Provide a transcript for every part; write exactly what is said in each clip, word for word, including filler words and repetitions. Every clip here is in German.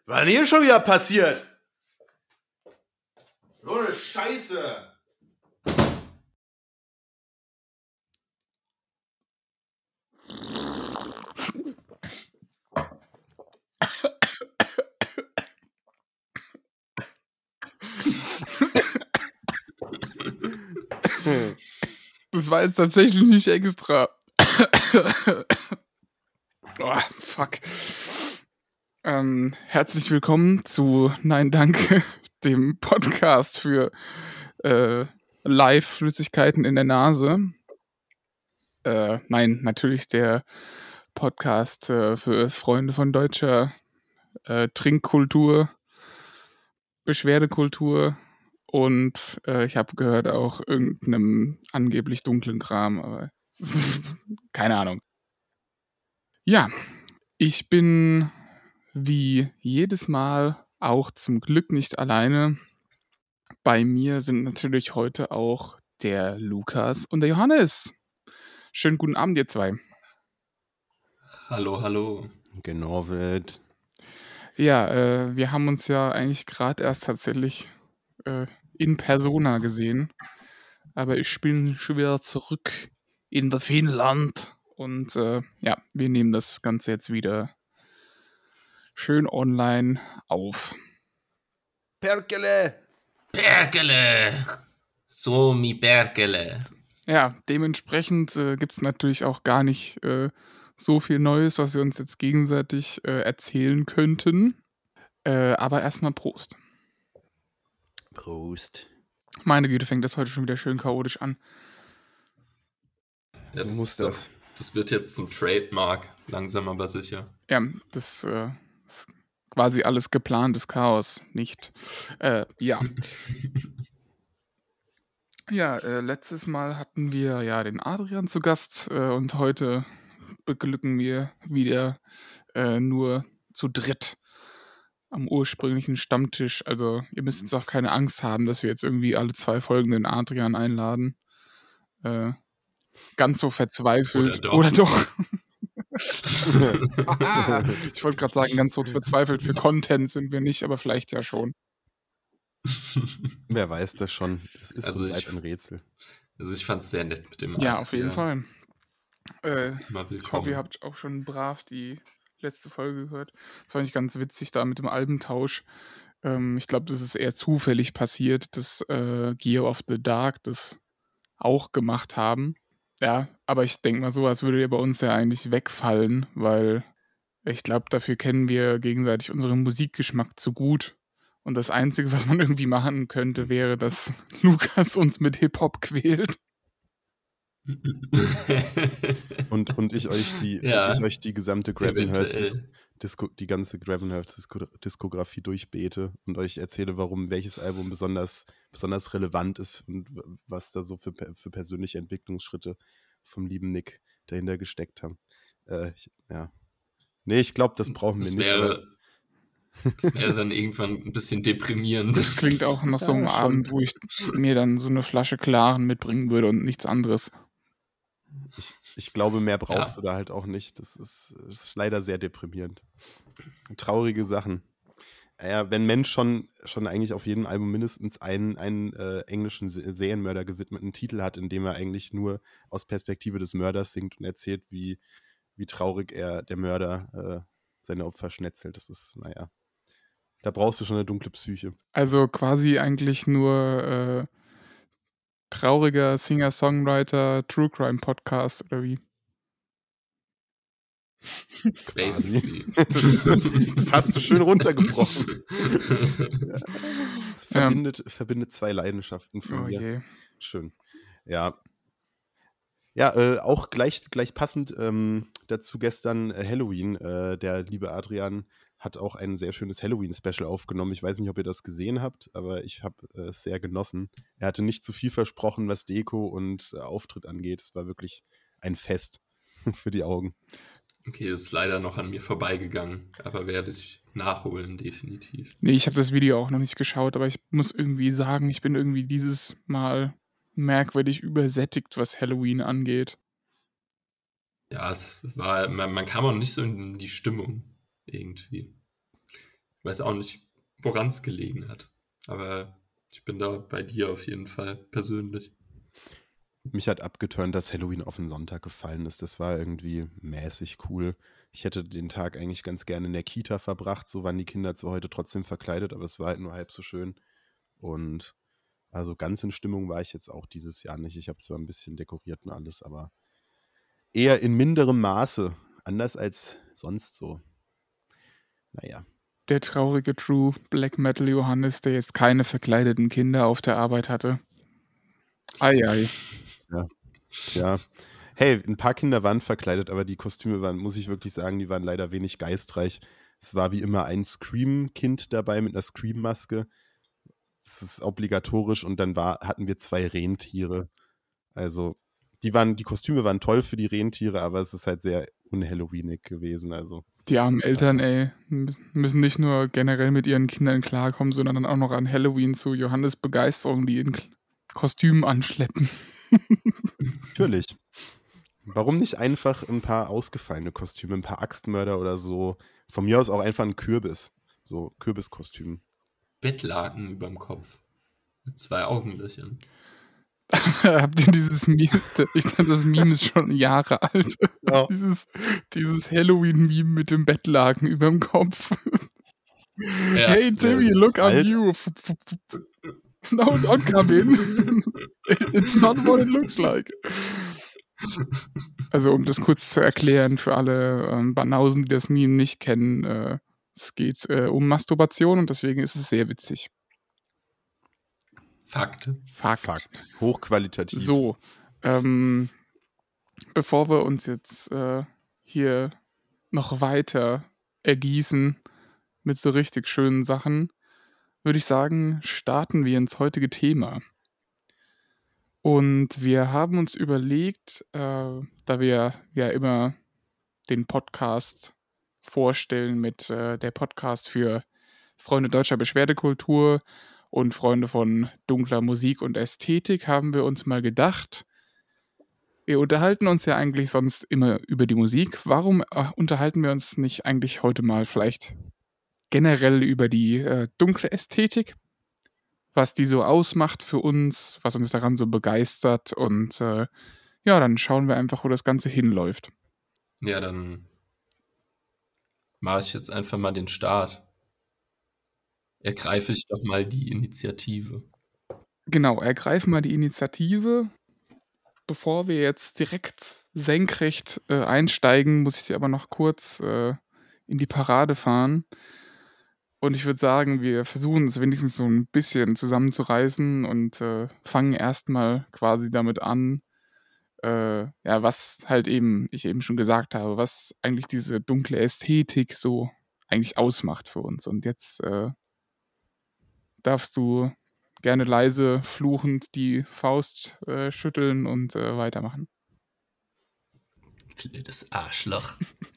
Was denn hier schon wieder passiert? So eine Scheiße. Das war jetzt tatsächlich nicht extra. Oh, fuck. Ähm, herzlich willkommen zu Nein Danke, dem Podcast für äh, Live-Flüssigkeiten in der Nase. Äh, nein, natürlich der Podcast äh, für Freunde von deutscher äh, Trinkkultur, Beschwerdekultur und äh, ich habe gehört auch irgendeinem angeblich dunklen Kram, aber keine Ahnung. Ja, ich bin wie jedes Mal auch zum Glück nicht alleine. Bei mir sind natürlich heute auch der Lukas und der Johannes. Schönen guten Abend, ihr zwei. Hallo, hallo. Genau wird. Ja, äh, wir haben uns ja eigentlich gerade erst tatsächlich äh, in Persona gesehen. Aber ich bin schon wieder zurück in der Finnland. Und äh, ja, wir nehmen das Ganze jetzt wieder schön online auf. Perkele! Perkele! So, mi Perkele. Ja, dementsprechend äh, gibt es natürlich auch gar nicht äh, so viel Neues, was wir uns jetzt gegenseitig äh, erzählen könnten. Äh, aber erstmal Prost. Prost. Meine Güte, fängt das heute schon wieder schön chaotisch an. Ja, So das, muss ist das. Doch, das wird jetzt zum Trademark, langsam aber sicher. Ja, das äh, ist quasi alles geplantes Chaos, nicht? Äh, ja. Ja, äh, letztes Mal hatten wir ja den Adrian zu Gast äh, und heute beglücken wir wieder äh, nur zu dritt am ursprünglichen Stammtisch. Also ihr müsst jetzt auch keine Angst haben, dass wir jetzt irgendwie alle zwei Folgen den Adrian einladen. Äh, ganz so verzweifelt. Oder doch. Oder doch. Ich wollte gerade sagen, ganz so verzweifelt für Content sind wir nicht, aber vielleicht ja schon. Wer weiß das schon. Es ist Also also ich, ein Rätsel. Also ich fand es sehr nett mit dem Ja, Adrian. auf jeden Fall. Äh, ich hoffe, ihr willkommen. habt auch schon brav die letzte Folge gehört. Das war nicht ganz witzig da mit dem Albentausch. Ähm, ich glaube, das ist eher zufällig passiert, dass äh, Gear of the Dark das auch gemacht haben. Ja, aber ich denke mal, sowas würde ja bei uns ja eigentlich wegfallen, weil ich glaube, dafür kennen wir gegenseitig unseren Musikgeschmack zu gut. Und das Einzige, was man irgendwie machen könnte, wäre, dass Lukas uns mit Hip-Hop quält. und, und ich euch die, Ja, ich euch die gesamte Gravenhurst eventuell. Disco, die ganze Gravenhurst Disco, Diskografie durchbete und euch erzähle, warum welches Album besonders, besonders relevant ist und w- was da so für, per- für persönliche Entwicklungsschritte vom lieben Nick dahinter gesteckt haben. Äh, ich, ja. Nee, ich glaube, das brauchen wir Das nicht. Aber wäre, das wäre dann irgendwann ein bisschen deprimierend. Das klingt auch nach so einem Ja, schon. Abend, wo ich mir dann so eine Flasche Klaren mitbringen würde und nichts anderes. ich, ich glaube, mehr brauchst Ja. du da halt auch nicht. Das ist, das ist leider sehr deprimierend. Traurige Sachen. Ja, wenn Mensch schon, schon eigentlich auf jedem Album mindestens einen, einen äh, englischen Se- Serienmörder gewidmeten Titel hat, in dem er eigentlich nur aus Perspektive des Mörders singt und erzählt, wie, wie traurig er, der Mörder, äh, seine Opfer schnetzelt. Das ist, naja, da brauchst du schon eine dunkle Psyche. Also quasi eigentlich nur äh, trauriger Singer-Songwriter, True Crime Podcast oder wie? Basically. das, das hast du schön runtergebrochen. Ja, es Ja. verbindet, verbindet zwei Leidenschaften von Oh mir. je. Schön. Ja. Ja, äh, auch gleich, gleich passend ähm, dazu gestern äh, Halloween. Äh, der liebe Adrian hat auch ein sehr schönes Halloween-Special aufgenommen. Ich weiß nicht, ob ihr das gesehen habt, aber ich habe äh, es sehr genossen. Er hatte nicht zu viel versprochen, was Deko und äh, Auftritt angeht. Es war wirklich ein Fest für die Augen. Okay, ist leider noch an mir vorbeigegangen, aber werde ich nachholen, definitiv. Nee, ich habe das Video auch noch nicht geschaut, aber ich muss irgendwie sagen, ich bin irgendwie dieses Mal merkwürdig übersättigt, was Halloween angeht. Ja, es war, man, man kam auch nicht so in die Stimmung irgendwie. weiß auch nicht, woran es gelegen hat. Aber ich bin da bei dir auf jeden Fall persönlich. Mich hat abgeturnt, dass Halloween auf den Sonntag gefallen ist. Das war irgendwie mäßig cool. Ich hätte den Tag eigentlich ganz gerne in der Kita verbracht. So waren die Kinder zwar heute trotzdem verkleidet, aber es war halt nur halb so schön. Und also ganz in Stimmung war ich jetzt auch dieses Jahr nicht. Ich habe zwar ein bisschen dekoriert und alles, aber eher in minderem Maße. Anders als sonst so. Naja. Der traurige True Black Metal Johannes, der jetzt keine verkleideten Kinder auf der Arbeit hatte. Eiei. Ja. Tja. Hey, ein paar Kinder waren verkleidet, aber die Kostüme waren, muss ich wirklich sagen, die waren leider wenig geistreich. Es war wie immer ein Scream-Kind dabei mit einer Scream-Maske. Das ist obligatorisch und dann war, hatten wir zwei Rentiere. Also, die waren, die Kostüme waren toll für die Rentiere, aber es ist halt sehr unhalloweenig gewesen. Also, Die armen Eltern, ey, müssen nicht nur generell mit ihren Kindern klarkommen, sondern dann auch noch an Halloween zu Johannes Begeisterung, die in Kostümen anschleppen. Natürlich. Warum nicht einfach ein paar ausgefallene Kostüme, ein paar Axtmörder oder so? Von mir aus auch einfach ein Kürbis. So Kürbiskostüm. Bettlaken überm Kopf. Mit zwei Augenlöchern. Habt ihr dieses Meme? Ich glaube, das Meme ist schon Jahre alt. Ja. Dieses, dieses Halloween-Meme mit dem Bettlaken überm Kopf. Ja. Hey Timmy, das look ist at alt. you. No, don't come in. It's not what it looks like. Also, um das kurz zu erklären für alle ähm, Banausen, die das Meme nicht kennen, äh, es geht äh, um Masturbation und deswegen ist es sehr witzig. Fakt. Fakt. Fakt. Hochqualitativ. So, ähm, bevor wir uns jetzt äh, hier noch weiter ergießen mit so richtig schönen Sachen, würde ich sagen, starten wir ins heutige Thema. Und wir haben uns überlegt, äh, da wir ja immer den Podcast vorstellen mit äh, der Podcast für Freunde deutscher Beschwerdekultur und Freunde von dunkler Musik und Ästhetik, haben wir uns mal gedacht, wir unterhalten uns ja eigentlich sonst immer über die Musik. Warum äh, unterhalten wir uns nicht eigentlich heute mal vielleicht generell über die äh, dunkle Ästhetik? Was die so ausmacht für uns, was uns daran so begeistert und äh, ja, dann schauen wir einfach, wo das Ganze hinläuft. Ja, dann mache ich jetzt einfach mal den Start. Ergreife ich doch mal die Initiative. Genau, ergreifen mal die Initiative. Bevor wir jetzt direkt senkrecht äh, einsteigen, muss ich sie aber noch kurz äh, in die Parade fahren. Und ich würde sagen, wir versuchen es wenigstens so ein bisschen zusammenzureißen und äh, fangen erstmal quasi damit an, äh, ja, was halt eben, ich eben schon gesagt habe, was eigentlich diese dunkle Ästhetik so eigentlich ausmacht für uns. Und jetzt äh, darfst du gerne leise fluchend die Faust äh, schütteln und äh, weitermachen. Blödes Arschloch.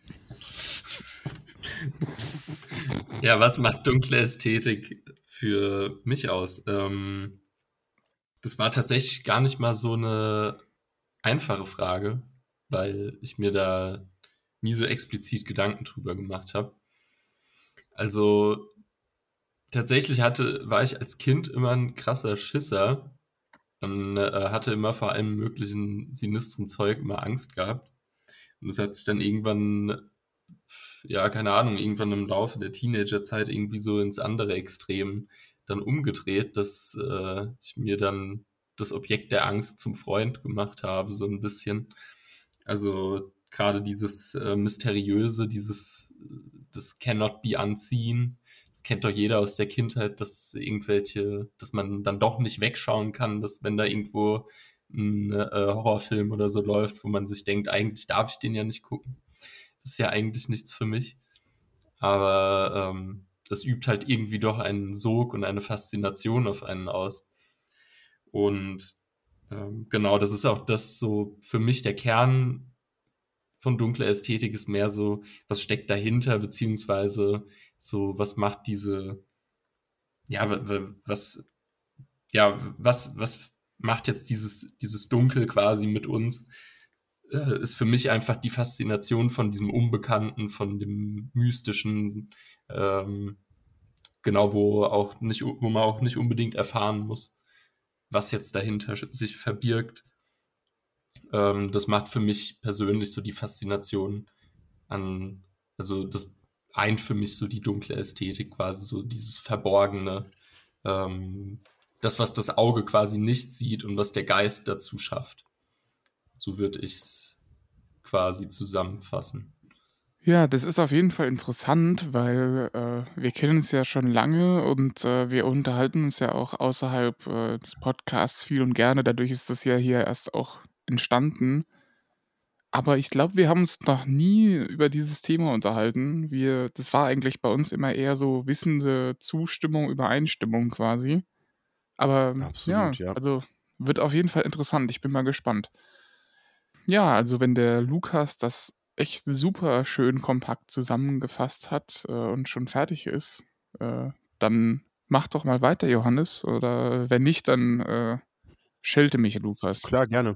Ja, was macht dunkle Ästhetik für mich aus? Ähm, das war tatsächlich gar nicht mal so eine einfache Frage, weil ich mir da nie so explizit Gedanken drüber gemacht habe. Also tatsächlich hatte, war ich als Kind immer ein krasser Schisser und äh, hatte immer vor allem möglichen sinistren Zeug immer Angst gehabt. Und das hat sich dann irgendwann, ja, keine Ahnung, irgendwann im Laufe der Teenagerzeit irgendwie so ins andere Extrem dann umgedreht, dass äh, ich mir dann das Objekt der Angst zum Freund gemacht habe, so ein bisschen. Also gerade dieses äh, Mysteriöse, dieses, das cannot be unseen, das kennt doch jeder aus der Kindheit, dass irgendwelche, dass man dann doch nicht wegschauen kann, dass wenn da irgendwo ein äh, Horrorfilm oder so läuft, wo man sich denkt, eigentlich darf ich den ja nicht gucken. Das ist ja eigentlich nichts für mich. Aber ähm, das übt halt irgendwie doch einen Sog und eine Faszination auf einen aus. Und ähm, genau, das ist auch das so für mich der Kern von dunkler Ästhetik ist mehr so, was steckt dahinter, beziehungsweise so, was macht diese, ja, was, ja, was, was macht jetzt dieses, dieses Dunkel quasi mit uns, äh, ist für mich einfach die Faszination von diesem Unbekannten, von dem Mystischen, ähm, genau, wo auch nicht, wo man auch nicht unbedingt erfahren muss, was jetzt dahinter sich verbirgt. Ähm, das macht für mich persönlich so die Faszination an, also das eint für mich so die dunkle Ästhetik, quasi so dieses Verborgene, ähm, das, was das Auge quasi nicht sieht und was der Geist dazu schafft. So würde ich es quasi zusammenfassen. Ja, das ist auf jeden Fall interessant, weil äh, wir kennen uns ja schon lange und äh, wir unterhalten uns ja auch außerhalb äh, des Podcasts viel und gerne. Dadurch ist das ja hier erst auch entstanden. Aber ich glaube, wir haben uns noch nie über dieses Thema unterhalten. Wir, das war eigentlich bei uns immer eher so wissende Zustimmung, Übereinstimmung quasi. Aber ja, Absolut, ja. also wird auf jeden Fall interessant. Ich bin mal gespannt. Ja, also wenn der Lukas das echt super schön kompakt zusammengefasst hat äh, und schon fertig ist, äh, dann mach doch mal weiter, Johannes. Oder wenn nicht, dann äh, schelte mich, Lukas. Klar, gerne.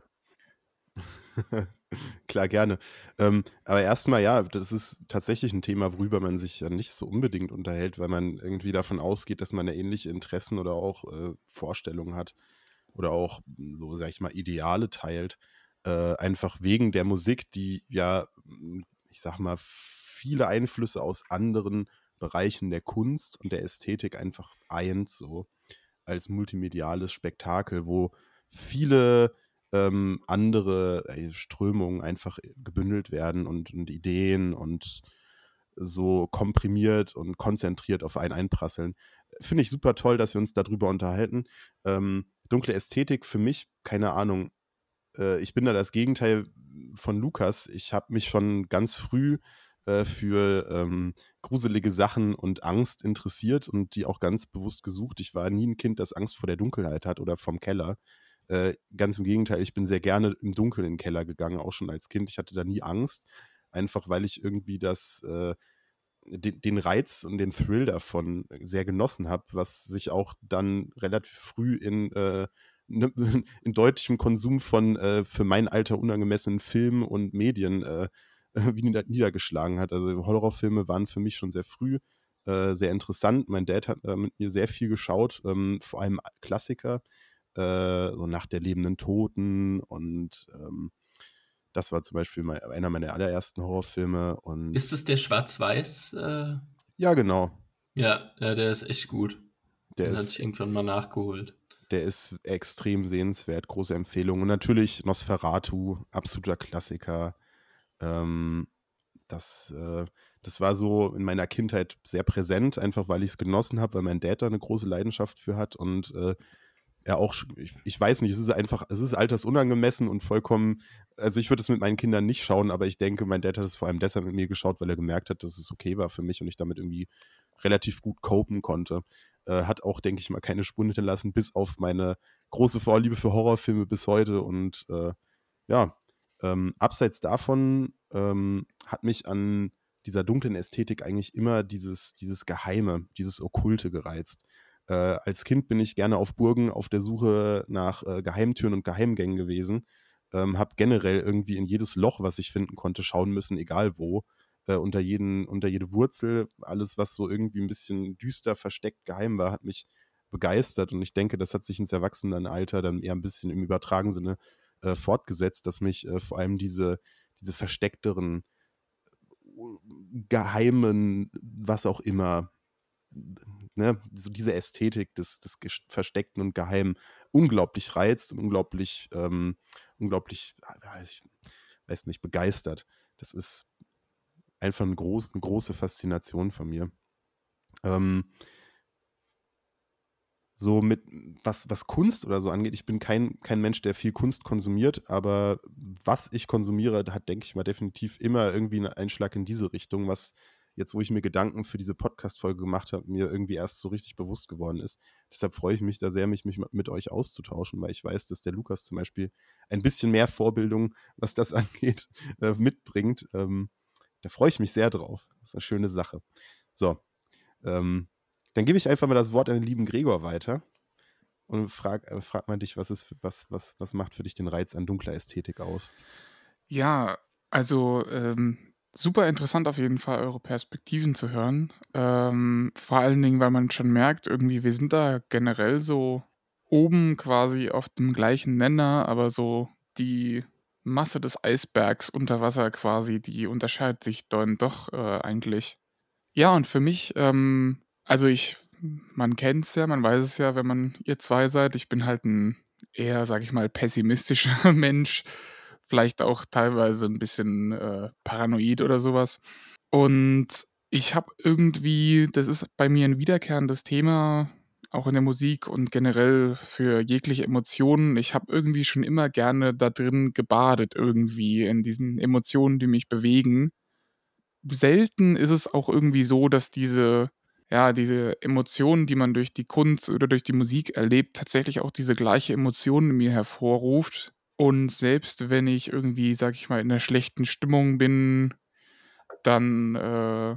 Klar, gerne. Ähm, aber erstmal, ja, das ist tatsächlich ein Thema, worüber man sich ja nicht so unbedingt unterhält, weil man irgendwie davon ausgeht, dass man ja ähnliche Interessen oder auch äh, Vorstellungen hat oder auch, m, so, sag ich mal, Ideale teilt. Äh, einfach wegen der Musik, die ja, m, ich sag mal, viele Einflüsse aus anderen Bereichen der Kunst und der Ästhetik einfach eint, so als multimediales Spektakel, wo viele ähm, andere äh, Strömungen einfach gebündelt werden und, und Ideen und so komprimiert und konzentriert auf einen einprasseln. Finde ich super toll, dass wir uns darüber unterhalten. Ähm, dunkle Ästhetik für mich, keine Ahnung. Äh, ich bin da das Gegenteil von Lukas. Ich habe mich schon ganz früh äh, für ähm, gruselige Sachen und Angst interessiert und die auch ganz bewusst gesucht. Ich war nie ein Kind, das Angst vor der Dunkelheit hat oder vom Keller. Äh, ganz im Gegenteil, ich bin sehr gerne im Dunkeln in den Keller gegangen, auch schon als Kind. Ich hatte da nie Angst, einfach weil ich irgendwie das, äh, den, den Reiz und den Thrill davon sehr genossen habe, was sich auch dann relativ früh in, äh, ne, in deutlichem Konsum von äh, für mein Alter unangemessenen Filmen und Medien äh, wie nieder, niedergeschlagen hat. Also Horrorfilme waren für mich schon sehr früh äh, sehr interessant. Mein Dad hat äh, mit mir sehr viel geschaut, ähm, vor allem Klassiker, äh, so Nacht der lebenden Toten und ähm, das war zum Beispiel mein, einer meiner allerersten Horrorfilme und Ist es der Schwarz-Weiß? Äh, ja, genau. ja, ja, der ist echt gut. Der Den hatte ist, ich irgendwann mal nachgeholt. der ist extrem sehenswert, große Empfehlung. Und natürlich Nosferatu, absoluter Klassiker. Ähm, das, äh, das war so in meiner Kindheit sehr präsent, einfach weil ich es genossen habe, weil mein Dad da eine große Leidenschaft für hat und äh, er auch, sch- ich, ich weiß nicht, es ist einfach, es ist altersunangemessen und vollkommen, also ich würde es mit meinen Kindern nicht schauen, aber ich denke, mein Dad hat es vor allem deshalb mit mir geschaut, weil er gemerkt hat, dass es okay war für mich und ich damit irgendwie relativ gut copen konnte. Äh, hat auch, denke ich mal, keine Spur hinterlassen, bis auf meine große Vorliebe für Horrorfilme bis heute und äh, ja, ähm, abseits davon ähm, hat mich an dieser dunklen Ästhetik eigentlich immer dieses, dieses Geheime, dieses Okkulte gereizt. Äh, als Kind bin ich gerne auf Burgen auf der Suche nach äh, Geheimtüren und Geheimgängen gewesen. Ähm, habe generell irgendwie in jedes Loch, was ich finden konnte, schauen müssen, egal wo. Äh, unter, jeden, unter jede Wurzel, alles, was so irgendwie ein bisschen düster, versteckt, geheim war, hat mich begeistert. Und ich denke, das hat sich ins Erwachsenenalter dann eher ein bisschen im übertragenen Sinne äh, fortgesetzt, dass mich äh, vor allem diese, diese versteckteren, geheimen, was auch immer, ne, so diese Ästhetik des, des Ges- Versteckten und Geheimen unglaublich reizt und unglaublich, ähm, unglaublich, ja, ich weiß nicht, begeistert. Das ist einfach eine, groß, eine große Faszination von mir. Ähm, so mit, was, was Kunst oder so angeht, ich bin kein, kein Mensch, der viel Kunst konsumiert, aber was ich konsumiere, hat, denke ich mal, definitiv immer irgendwie einen Einschlag in diese Richtung, was jetzt, wo ich mir Gedanken für diese Podcast-Folge gemacht habe, mir irgendwie erst so richtig bewusst geworden ist. Deshalb freue ich mich da sehr, mich, mich mit euch auszutauschen, weil ich weiß, dass der Lukas zum Beispiel ein bisschen mehr Vorbildung, was das angeht, äh, mitbringt. Ähm, da freue ich mich sehr drauf. Das ist eine schöne Sache. So, ähm, dann gebe ich einfach mal das Wort an den lieben Gregor weiter und frag, äh, frag mal dich, was, ist, für- was, was, was macht für dich den Reiz an dunkler Ästhetik aus? Ja, also ähm, Super interessant auf jeden Fall, eure Perspektiven zu hören. Ähm, vor allen Dingen, weil man schon merkt, irgendwie, wir sind da generell so oben quasi auf dem gleichen Nenner, aber so die Masse des Eisbergs unter Wasser quasi, die unterscheidet sich dann doch äh, eigentlich. Ja, und für mich, ähm, also ich, man kennt es ja, man weiß es ja, wenn man ihr zwei seid. Ich bin halt ein eher, sag ich mal, pessimistischer Mensch, vielleicht auch teilweise ein bisschen äh, paranoid oder sowas. Und ich habe irgendwie, das ist bei mir ein wiederkehrendes Thema, auch in der Musik und generell für jegliche Emotionen. Ich habe irgendwie schon immer gerne da drin gebadet, irgendwie in diesen Emotionen, die mich bewegen. Selten ist es auch irgendwie so, dass diese, ja, diese Emotionen, die man durch die Kunst oder durch die Musik erlebt, tatsächlich auch diese gleiche Emotion in mir hervorruft. Und selbst wenn ich irgendwie, sag ich mal, in einer schlechten Stimmung bin, dann äh,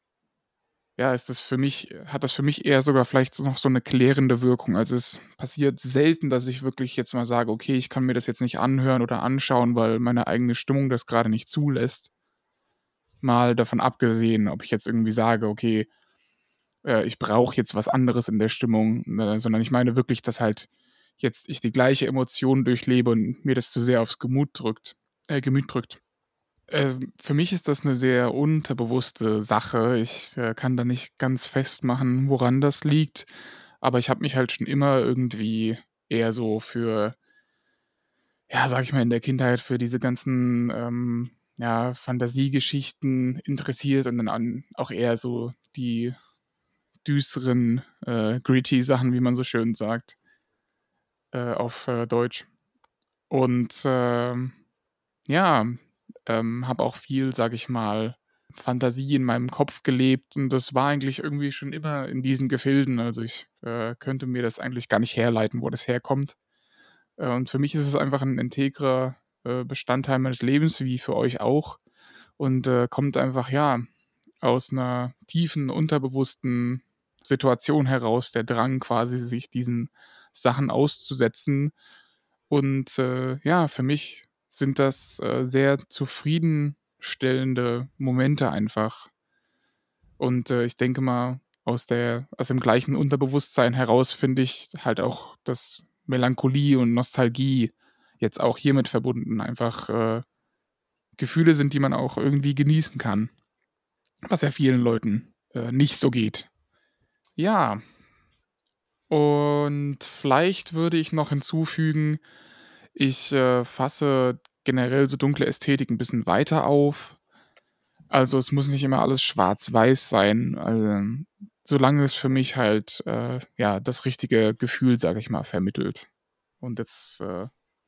ja, ist das für mich, hat das für mich eher sogar vielleicht so noch so eine klärende Wirkung. Also es passiert selten, dass ich wirklich jetzt mal sage, okay, ich kann mir das jetzt nicht anhören oder anschauen, weil meine eigene Stimmung das gerade nicht zulässt. Mal davon abgesehen, ob ich jetzt irgendwie sage, okay, äh, ich brauche jetzt was anderes in der Stimmung, ne, sondern ich meine wirklich, dass halt jetzt ich die gleiche Emotion durchlebe und mir das zu sehr aufs Gemüt drückt, äh, Gemüt drückt. Ähm, für mich ist das eine sehr unterbewusste Sache. Ich, äh, kann da nicht ganz festmachen, woran das liegt, aber ich habe mich halt schon immer irgendwie eher so für, ja, sage ich mal, in der Kindheit für diese ganzen, ähm, ja, Fantasiegeschichten interessiert und dann an auch eher so die düsteren, äh, gritty Sachen, wie man so schön sagt, äh, auf, äh, Deutsch. Und, ähm, ja, ähm, habe auch viel, sage ich mal, Fantasie in meinem Kopf gelebt und das war eigentlich irgendwie schon immer in diesen Gefilden. Also, ich, äh, könnte mir das eigentlich gar nicht herleiten, wo das herkommt. Äh, und für mich ist es einfach ein integrer, äh, Bestandteil meines Lebens, wie für euch auch und, äh, kommt einfach, ja, aus einer tiefen, unterbewussten Situation heraus, der Drang quasi, sich diesen Sachen auszusetzen. Und, äh, ja, für mich sind das, äh, sehr zufriedenstellende Momente einfach. Und, äh, ich denke mal, aus der aus dem gleichen Unterbewusstsein heraus finde ich halt auch, dass Melancholie und Nostalgie jetzt auch hiermit verbunden einfach, äh, Gefühle sind, die man auch irgendwie genießen kann, was ja vielen Leuten, äh, nicht so geht. Ja, und vielleicht würde ich noch hinzufügen, ich, äh, fasse generell so dunkle Ästhetik ein bisschen weiter auf. Also, es muss nicht immer alles schwarz-weiß sein, also, solange es für mich halt, äh, ja, das richtige Gefühl, sage ich mal, vermittelt. Und jetzt, äh,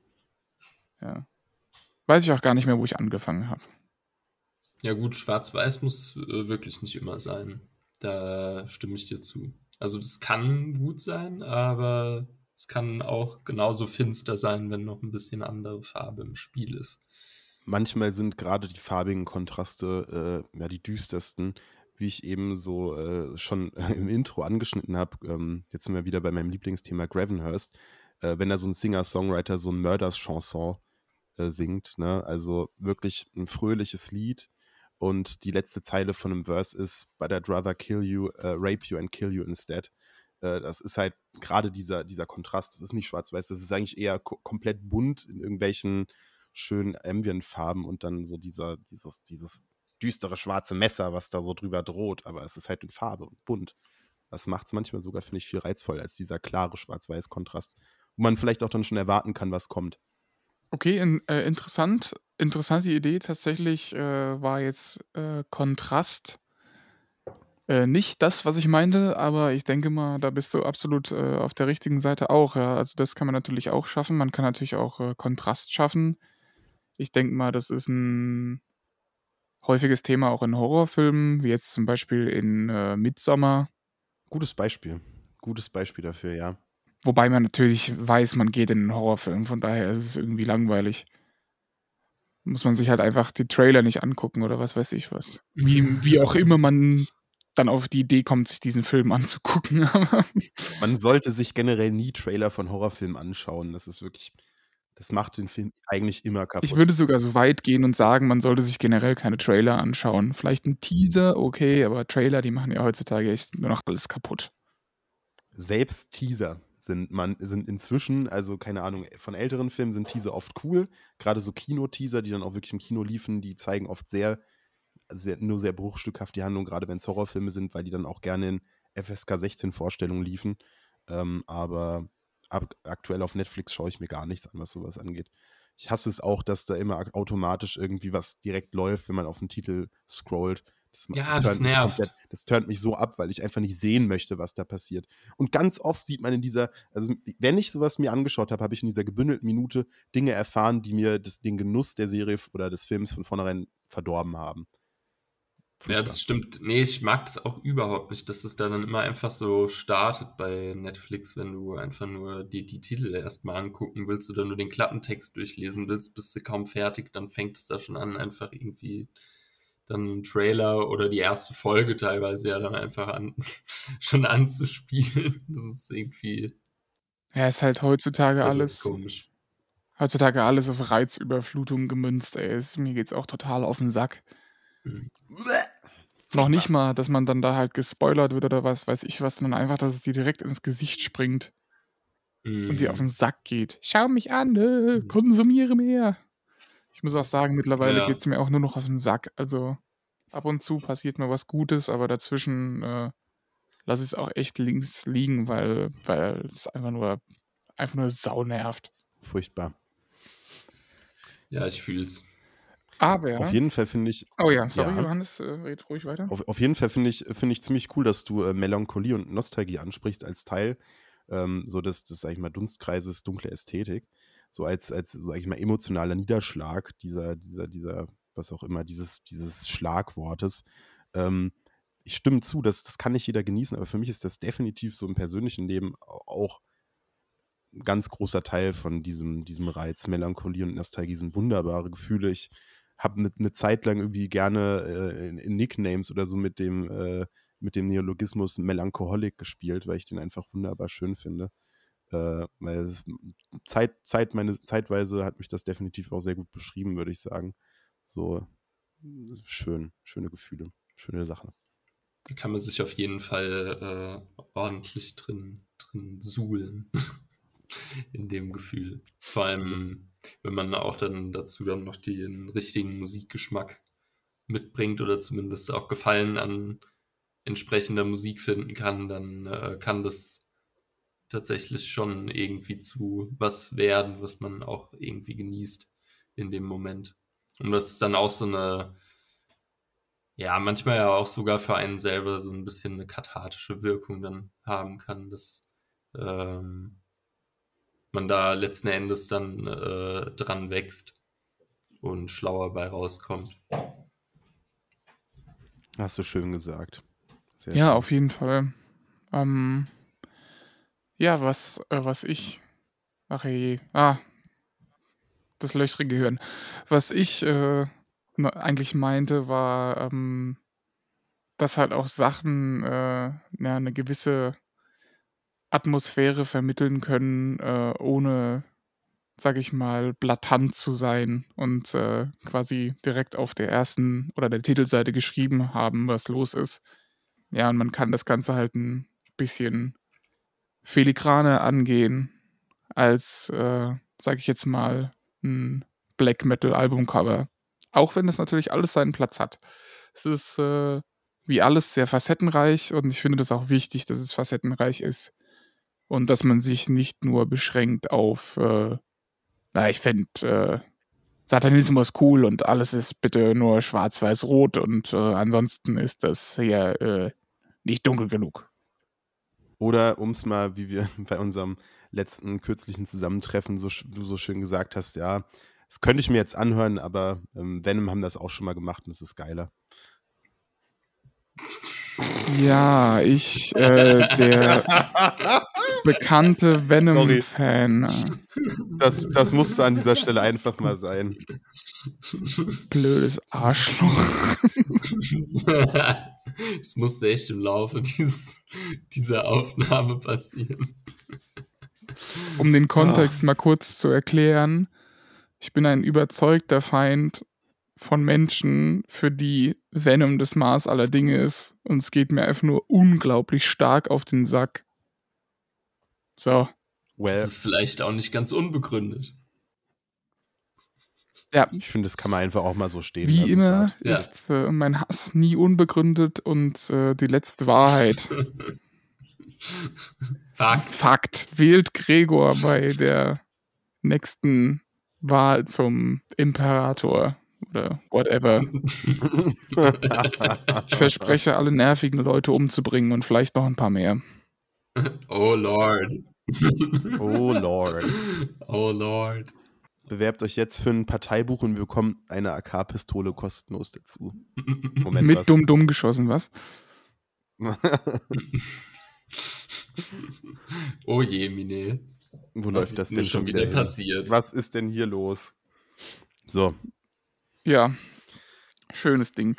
ja, weiß ich auch gar nicht mehr, wo ich angefangen habe. Ja gut, schwarz-weiß muss äh, wirklich nicht immer sein. Da stimme ich dir zu. Also das kann gut sein, aber es kann auch genauso finster sein, wenn noch ein bisschen andere Farbe im Spiel ist. Manchmal sind gerade die farbigen Kontraste äh, ja die düstersten, wie ich eben so äh, schon im Intro angeschnitten habe. Ähm, jetzt sind wir wieder bei meinem Lieblingsthema Gravenhurst. Äh, wenn da so ein Singer-Songwriter so ein Mörders-Chanson äh, singt, ne? Also wirklich ein fröhliches Lied und die letzte Zeile von einem Verse ist, but I'd rather kill you, uh, rape you and kill you instead. Äh, das ist halt gerade dieser, dieser Kontrast, das ist nicht schwarz-weiß, das ist eigentlich eher ko komplett bunt in irgendwelchen schönen Ambient-Farben und dann so dieser, dieses, dieses düstere schwarze Messer, was da so drüber droht, aber es ist halt in Farbe und bunt. Das macht es manchmal sogar, finde ich, viel reizvoller als dieser klare Schwarz-Weiß-Kontrast, wo man vielleicht auch dann schon erwarten kann, was kommt. Okay, in, äh, interessant. Interessante Idee. Tatsächlich äh, war jetzt äh, Kontrast äh, nicht das, was ich meinte, aber ich denke mal, da bist du absolut äh, auf der richtigen Seite auch. Ja. Also das kann man natürlich auch schaffen. Man kann natürlich auch äh, Kontrast schaffen. Ich denke mal, das ist ein häufiges Thema auch in Horrorfilmen, wie jetzt zum Beispiel in äh, Midsommar. Gutes Beispiel. Gutes Beispiel dafür, ja. Wobei man natürlich weiß, man geht in einen Horrorfilm, von daher ist es irgendwie langweilig. Muss man sich halt einfach die Trailer nicht angucken oder was weiß ich was. Wie, wie auch immer man dann auf die Idee kommt, sich diesen Film anzugucken. Man sollte sich generell nie Trailer von Horrorfilmen anschauen. Das ist wirklich Das macht den Film eigentlich immer kaputt. Ich würde sogar so weit gehen und sagen, man sollte sich generell keine Trailer anschauen. Vielleicht ein Teaser, okay, aber Trailer, die machen ja heutzutage echt nur noch alles kaputt. Selbst Teaser sind, man, sind inzwischen, also keine Ahnung, von älteren Filmen sind Teaser oft cool. Gerade so Kino-Teaser, die dann auch wirklich im Kino liefen, die zeigen oft sehr, sehr nur sehr bruchstückhaft die Handlung, gerade wenn es Horrorfilme sind, weil die dann auch gerne in F S K sechzehn Vorstellungen liefen. Ähm, aber ab, aktuell auf Netflix schaue ich mir gar nichts an, was sowas angeht. Ich hasse es auch, dass da immer automatisch irgendwie was direkt läuft, wenn man auf den Titel scrollt. Das, Ja, das, das turnt mich nervt. komplett, das turnt mich so ab, weil ich einfach nicht sehen möchte, was da passiert. Und ganz oft sieht man in dieser, also wenn ich sowas mir angeschaut habe, habe ich in dieser gebündelten Minute Dinge erfahren, die mir das, den Genuss der Serie oder des Films von vornherein verdorben haben. Ja, das stimmt. Nee, ich mag das auch überhaupt nicht, dass es da dann immer einfach so startet bei Netflix, wenn du einfach nur die, die Titel erstmal angucken willst oder nur den Klappentext durchlesen willst, bist du kaum fertig, dann fängt es da schon an, einfach irgendwie dann ein Trailer oder die erste Folge teilweise ja dann einfach an, schon anzuspielen. Das ist irgendwie. Ja, ist halt heutzutage das alles. ist komisch. Heutzutage alles auf Reizüberflutung gemünzt, ey. Es, mir geht's auch total auf den Sack. Hm. Noch nicht mal, dass man dann da halt gespoilert wird oder was weiß ich was, sondern einfach, dass es dir direkt ins Gesicht springt Hm. und dir auf den Sack geht. Schau mich an, äh, konsumiere mehr. Ich muss auch sagen, mittlerweile Ja. geht's mir auch nur noch auf den Sack. Also ab und zu passiert mir was Gutes, aber dazwischen äh, lasse ich es auch echt links liegen, weil, weil es einfach nur, einfach nur sau nervt. Furchtbar. Ja, ich fühl's. Aber. Auf jeden Fall finde ich. Oh ja, sorry, ja, Johannes, äh, red ruhig weiter. Auf, auf jeden Fall finde ich, find ich ziemlich cool, dass du äh, Melancholie und Nostalgie ansprichst als Teil ähm, so des, des, sag ich mal, Dunstkreises dunkle Ästhetik. So als, als, sag ich mal, emotionaler Niederschlag dieser, dieser, dieser, was auch immer, dieses, dieses Schlagwortes. Ähm, ich stimme zu, das, das kann nicht jeder genießen, aber für mich ist das definitiv so im persönlichen Leben auch ein ganz großer Teil von diesem, diesem Reiz. Melancholie und Nostalgie sind wunderbare Gefühle. Ich habe eine ne Zeit lang irgendwie gerne äh, in, in Nicknames oder so mit dem, äh, mit dem Neologismus Melancholik gespielt, weil ich den einfach wunderbar schön finde. Äh, weil es Zeit, Zeit, meine, zeitweise hat mich das definitiv auch sehr gut beschrieben, würde ich sagen. So schön, schöne Gefühle, schöne Sache. Da kann man sich auf jeden Fall äh, ordentlich drin, drin suhlen. In dem Gefühl. Vor allem, wenn man auch dann dazu dann noch den richtigen Musikgeschmack mitbringt oder zumindest auch Gefallen an entsprechender Musik finden kann, dann äh, kann das tatsächlich schon irgendwie zu was werden, was man auch irgendwie genießt in dem Moment. Und das ist dann auch so eine, ja, manchmal ja auch sogar für einen selber so ein bisschen eine kathartische Wirkung dann haben kann, dass ähm, man da letzten Endes dann äh, dran wächst und schlauer bei rauskommt. Hast du schön gesagt. Sehr ja, schön. auf jeden Fall. Ähm, ja, was, äh, was ich. Ach je. Ah. Das löchrige Hirn. Was ich äh, ne, eigentlich meinte, war, ähm, dass halt auch Sachen äh, ja, eine gewisse Atmosphäre vermitteln können, äh, ohne, sag ich mal, blatant zu sein und äh, quasi direkt auf der ersten oder der Titelseite geschrieben haben, was los ist. Ja, und man kann das Ganze halt ein bisschen filigraner angehen als, äh, sag ich jetzt mal, ein Black Metal Albumcover. Auch wenn das natürlich alles seinen Platz hat. Es ist äh, wie alles sehr facettenreich und ich finde das auch wichtig, dass es facettenreich ist. Und dass man sich nicht nur beschränkt auf, äh, na, ich fände äh, Satanismus cool und alles ist bitte nur schwarz-weiß-rot und äh, ansonsten ist das hier äh, nicht dunkel genug. Oder um es mal, wie wir bei unserem letzten kürzlichen Zusammentreffen so, du so schön gesagt hast, ja, das könnte ich mir jetzt anhören, aber ähm, Venom haben das auch schon mal gemacht und es ist geiler. Ja, ich, äh, der bekannte Venom-Fan. Das, das musste an dieser Stelle einfach mal sein. Blödes Arschloch. Es musste echt im Laufe dieses, dieser Aufnahme passieren. Um den Kontext mal kurz zu erklären, ich bin ein überzeugter Feind von Menschen, für die Venom das Maß aller Dinge ist. Und es geht mir einfach nur unglaublich stark auf den Sack. So. Well, das ist vielleicht auch nicht ganz unbegründet. Ja. Ich finde, das kann man einfach auch mal so stehen Wie lassen. immer Ja. ist äh, mein Hass nie unbegründet und äh, die letzte Wahrheit. Fakt. Fakt. Wählt Gregor bei der nächsten Wahl zum Imperator oder whatever. Ich verspreche, alle nervigen Leute umzubringen und vielleicht noch ein paar mehr. Oh Lord. Oh Lord. Oh Lord. Bewerbt euch jetzt für ein Parteibuch und bekommt eine A K-Pistole kostenlos dazu. Moment, Mit was? dumm dumm geschossen, was? Oh je, Mine. Wo Was läuft ist das denn denn schon schon wieder wieder hin? passiert? Was ist denn hier los? So. Ja, schönes Ding.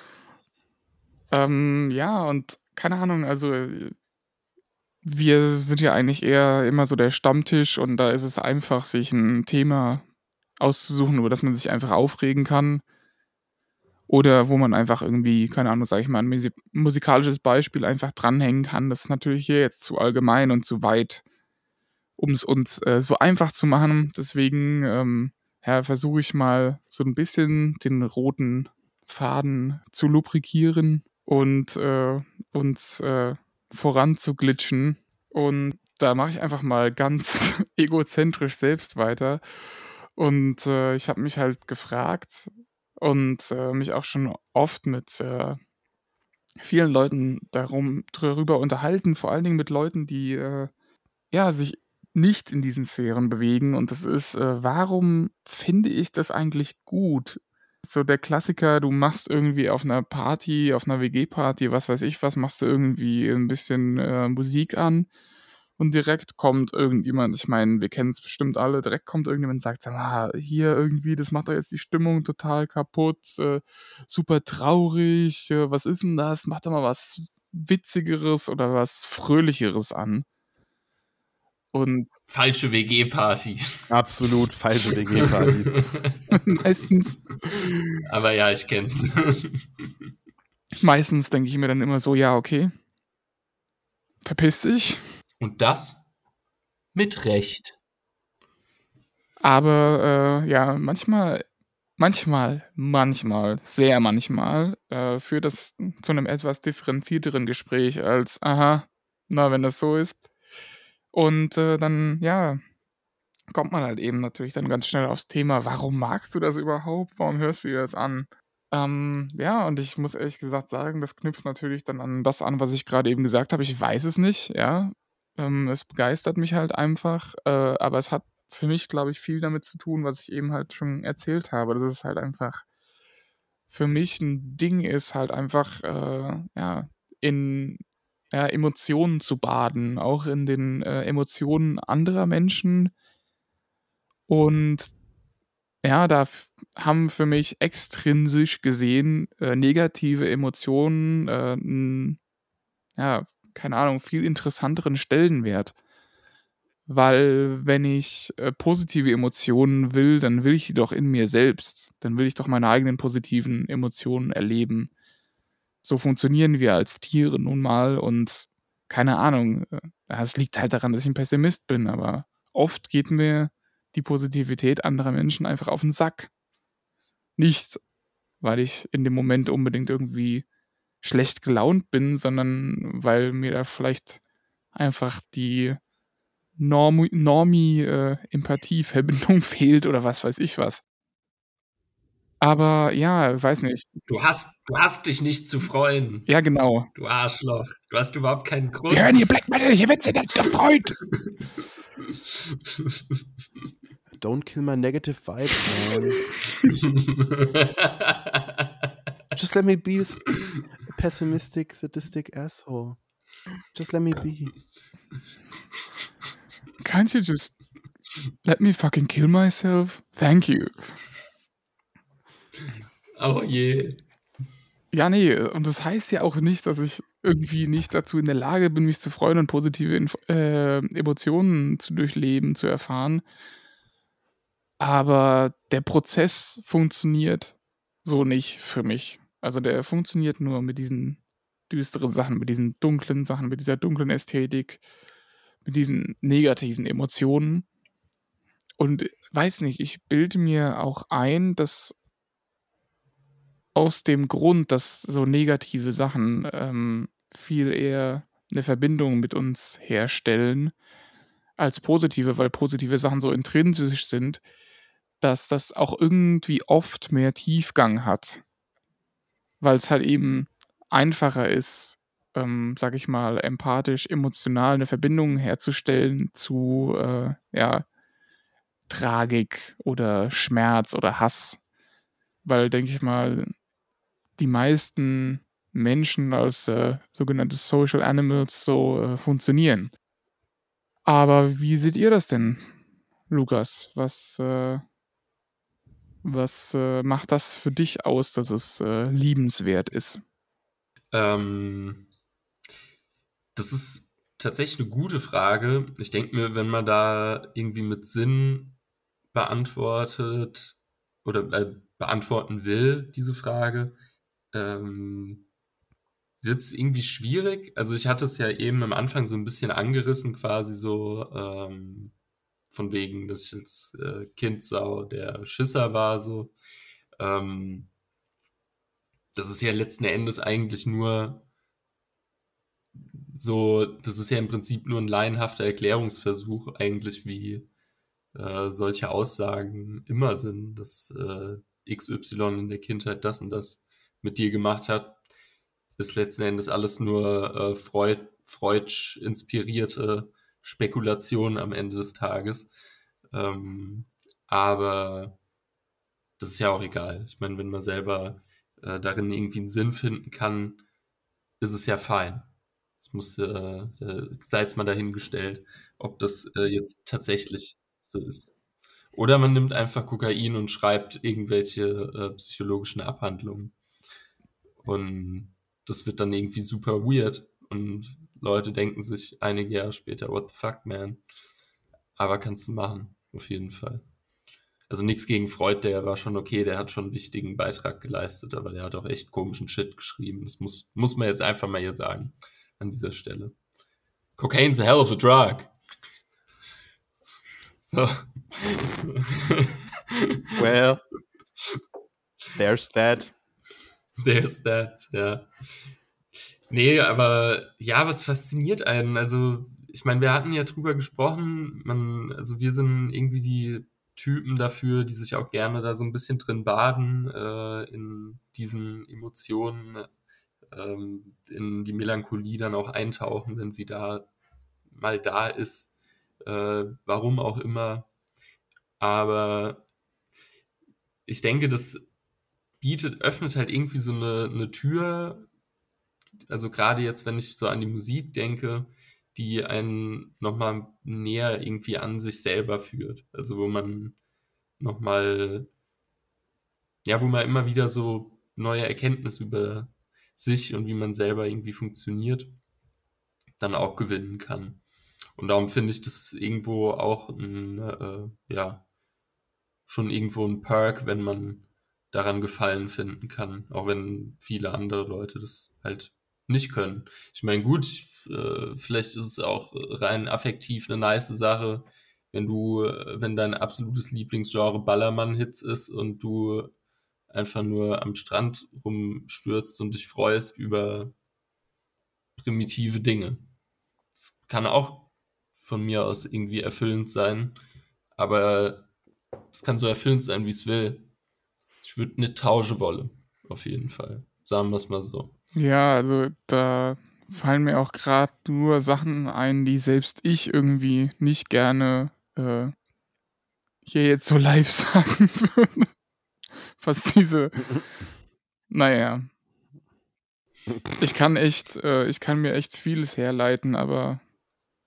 Ähm, ja, und keine Ahnung, also wir sind ja eigentlich eher immer so der Stammtisch und da ist es einfach, sich ein Thema auszusuchen, über das man sich einfach aufregen kann. Oder wo man einfach irgendwie, keine Ahnung, sag ich mal, ein musi- musikalisches Beispiel einfach dranhängen kann. Das ist natürlich hier jetzt zu allgemein und zu weit, um es uns äh, so einfach zu machen. Deswegen ähm, ja, versuche ich mal so ein bisschen den roten Faden zu lubrikieren und äh, uns äh, voranzuglitschen. Und da mache ich einfach mal ganz egozentrisch selbst weiter. Und äh, ich habe mich halt gefragt und äh, mich auch schon oft mit äh, vielen Leuten darum darüber unterhalten, vor allen Dingen mit Leuten, die äh, ja sich nicht in diesen Sphären bewegen. Und das ist, äh, warum finde ich das eigentlich gut? So der Klassiker, du machst irgendwie auf einer Party, auf einer W G-Party, was weiß ich was, machst du irgendwie ein bisschen äh, Musik an und direkt kommt irgendjemand, ich meine, wir kennen es bestimmt alle, direkt kommt irgendjemand und sagt, sag mal, hier irgendwie, das macht doch jetzt die Stimmung total kaputt, äh, super traurig, äh, was ist denn das? Mach doch mal was Witzigeres oder was Fröhlicheres an. Und Falsche W G-Party. Absolut falsche W G-Partys. meistens, Aber ja, ich kenn's. meistens denke ich mir dann immer so, ja, okay, verpiss dich. Und das mit Recht. Aber äh, ja, manchmal, manchmal, manchmal, sehr manchmal äh, führt das zu einem etwas differenzierteren Gespräch als, aha, na, wenn das so ist. Und äh, dann, ja, kommt man halt eben natürlich dann ganz schnell aufs Thema, warum magst du das überhaupt? Warum hörst du dir das an? Ähm, ja, und ich muss ehrlich gesagt sagen, das knüpft natürlich dann an das an, was ich gerade eben gesagt habe. Ich weiß es nicht, ja. Ähm, es begeistert mich halt einfach, äh, aber es hat für mich, glaube ich, viel damit zu tun, was ich eben halt schon erzählt habe. Das ist halt einfach für mich ein Ding ist, halt einfach, äh, ja, in ja, Emotionen zu baden, auch in den äh, Emotionen anderer Menschen. Und ja, da f- haben für mich extrinsisch gesehen äh, negative Emotionen, äh, n, ja, keine Ahnung, viel interessanteren Stellenwert. Weil wenn ich äh, positive Emotionen will, dann will ich die doch in mir selbst. Dann will ich doch meine eigenen positiven Emotionen erleben. So funktionieren wir als Tiere nun mal und keine Ahnung, äh, ja, es liegt halt daran, dass ich ein Pessimist bin, aber oft geht mir die Positivität anderer Menschen einfach auf den Sack. Nicht, weil ich in dem Moment unbedingt irgendwie schlecht gelaunt bin, sondern weil mir da vielleicht einfach die Normi- Normie-Empathie-Verbindung fehlt oder was weiß ich was. Aber ja, weiß nicht. Du hast, du hast dich nicht zu freuen. Ja, genau. Du Arschloch. Du hast überhaupt keinen Grund. Wir hören hier Black Metal, hier wird's nicht gefreut. Don't kill my negative vibes, man. Just let me be a pessimistic, sadistic asshole. Just let me be. Can't you just let me fucking kill myself? Thank you. Oh je. Ja, nee, und das heißt ja auch nicht, dass ich irgendwie nicht dazu in der Lage bin, mich zu freuen und positive Inf äh, Emotionen zu durchleben, zu erfahren. Aber der Prozess funktioniert so nicht für mich. Also, der funktioniert nur mit diesen düsteren Sachen, mit diesen dunklen Sachen, mit dieser dunklen Ästhetik, mit diesen negativen Emotionen. Und weiß nicht, ich bilde mir auch ein, dass aus dem Grund, dass so negative Sachen, ähm, viel eher eine Verbindung mit uns herstellen als positive, weil positive Sachen so intrinsisch sind, dass das auch irgendwie oft mehr Tiefgang hat, weil es halt eben einfacher ist, ähm, sage ich mal, empathisch, emotional eine Verbindung herzustellen zu, äh, ja, Tragik oder Schmerz oder Hass. Weil, denke ich mal, die meisten Menschen als, äh, sogenannte Social Animals so, äh, funktionieren. Aber wie seht ihr das denn, Lukas? Was, äh was, äh, macht das für dich aus, dass es, äh, liebenswert ist? Ähm, das ist tatsächlich eine gute Frage. Ich denke mir, wenn man da irgendwie mit Sinn beantwortet oder äh, beantworten will, diese Frage, ähm, wird es irgendwie schwierig. Also ich hatte es ja eben am Anfang so ein bisschen angerissen, quasi so ähm, von wegen, dass ich als äh, Kind sau der Schisser war, so. Ähm, das ist ja letzten Endes eigentlich nur so, das ist ja im Prinzip nur ein laienhafter Erklärungsversuch, eigentlich, wie äh, solche Aussagen immer sind, dass äh, X Y in der Kindheit das und das mit dir gemacht hat, ist letzten Endes alles nur äh, Freud, Freudsch inspirierte Spekulation am Ende des Tages. Ähm, aber das ist ja auch egal. Ich meine, wenn man selber äh, darin irgendwie einen Sinn finden kann, ist es ja fein. Es muss, äh, äh, sei es mal dahingestellt, ob das äh, jetzt tatsächlich so ist. Oder man nimmt einfach Kokain und schreibt irgendwelche äh, psychologischen Abhandlungen. Und das wird dann irgendwie super weird. Und Leute denken sich einige Jahre später, what the fuck, man. Aber kannst du machen, auf jeden Fall. Also nichts gegen Freud, der war schon okay, der hat schon einen wichtigen Beitrag geleistet, aber der hat auch echt komischen Shit geschrieben. Das muss, muss man jetzt einfach mal hier sagen, an dieser Stelle. Cocaine's a hell of a drug. So. Well, there's that. There's that, ja. Nee, aber ja, was fasziniert einen? Also, ich meine, wir hatten ja drüber gesprochen, man, also wir sind irgendwie die Typen dafür, die sich auch gerne da so ein bisschen drin baden, äh, in diesen Emotionen, ähm, in die Melancholie dann auch eintauchen, wenn sie da mal da ist, äh, warum auch immer. Aber ich denke, das bietet, öffnet halt irgendwie so eine, eine Tür, also gerade jetzt, wenn ich so an die Musik denke, die einen nochmal näher irgendwie an sich selber führt. Also wo man nochmal, ja, wo man immer wieder so neue Erkenntnisse über sich und wie man selber irgendwie funktioniert, dann auch gewinnen kann. Und darum finde ich das irgendwo auch ein, äh, ja, schon irgendwo ein Perk, wenn man daran Gefallen finden kann, auch wenn viele andere Leute das halt nicht können. Ich meine, gut, äh, vielleicht ist es auch rein affektiv eine nice Sache, wenn du, äh, wenn dein absolutes Lieblingsgenre Ballermann-Hits ist und du einfach nur am Strand rumstürzt und dich freust über primitive Dinge. Das kann auch von mir aus irgendwie erfüllend sein, aber es kann so erfüllend sein, wie es will. Ich würde nicht tauschen wollen, auf jeden Fall. Sagen wir es mal so. Ja, also da fallen mir auch gerade nur Sachen ein, die selbst ich irgendwie nicht gerne äh, hier jetzt so live sagen würde. Was diese, naja, ich kann echt, äh, ich kann mir echt vieles herleiten, aber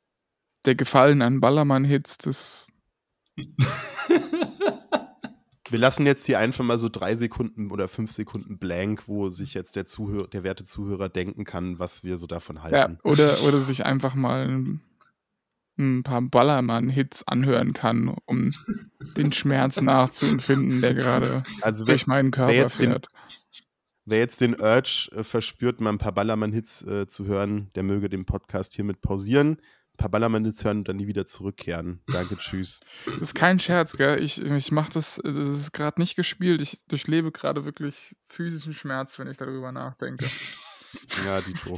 der Gefallen an Ballermann-Hits, das Wir lassen jetzt hier einfach mal so drei Sekunden oder fünf Sekunden blank, wo sich jetzt der Zuhörer, der werte Zuhörer denken kann, was wir so davon Ja, halten. oder, oder sich einfach mal ein, ein paar Ballermann-Hits anhören kann, um den Schmerz nachzuempfinden, der gerade Also wer, durch meinen wer, Körper jetzt den, fährt. wer jetzt den Urge äh, verspürt, mal ein paar Ballermann-Hits äh, zu hören, der möge den Podcast hiermit pausieren, ein paar Ballermann-Hits hören und dann nie wieder zurückkehren. Danke, tschüss. Das ist kein Scherz, gell? Ich, ich mach das, das ist gerade nicht gespielt. Ich durchlebe gerade wirklich physischen Schmerz, wenn ich darüber nachdenke. Ja, Dito.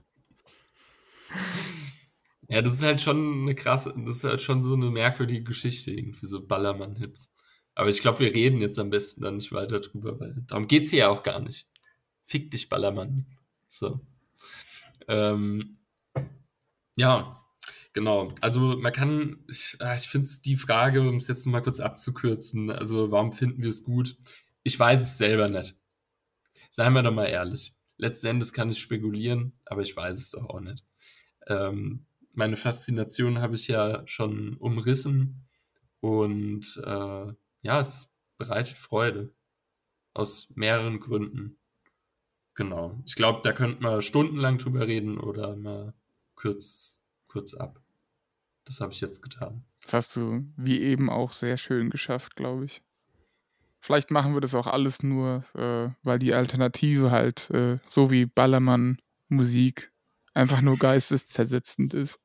Ja, das ist halt schon eine krasse, das ist halt schon so eine merkwürdige Geschichte, irgendwie so Ballermann-Hits. Aber ich glaube, wir reden jetzt am besten dann nicht weiter drüber, weil darum geht's hier ja auch gar nicht. Fick dich, Ballermann. So. Ähm, ja, genau. Also man kann, ich, ah, ich finde es die Frage, um es jetzt noch mal kurz abzukürzen, also warum finden wir es gut? Ich weiß es selber nicht. Seien wir doch mal ehrlich. Letzten Endes kann ich spekulieren, aber ich weiß es auch nicht. Ähm, meine Faszination habe ich ja schon umrissen und äh, ja, es bereitet Freude. Aus mehreren Gründen. Genau. Ich glaube, da könnte man stundenlang drüber reden oder mal kurz, kurz ab. Das habe ich jetzt getan. Das hast du wie eben auch sehr schön geschafft, glaube ich. Vielleicht machen wir das auch alles nur, äh, weil die Alternative halt, äh, so wie Ballermann-Musik, einfach nur geisteszersetzend ist.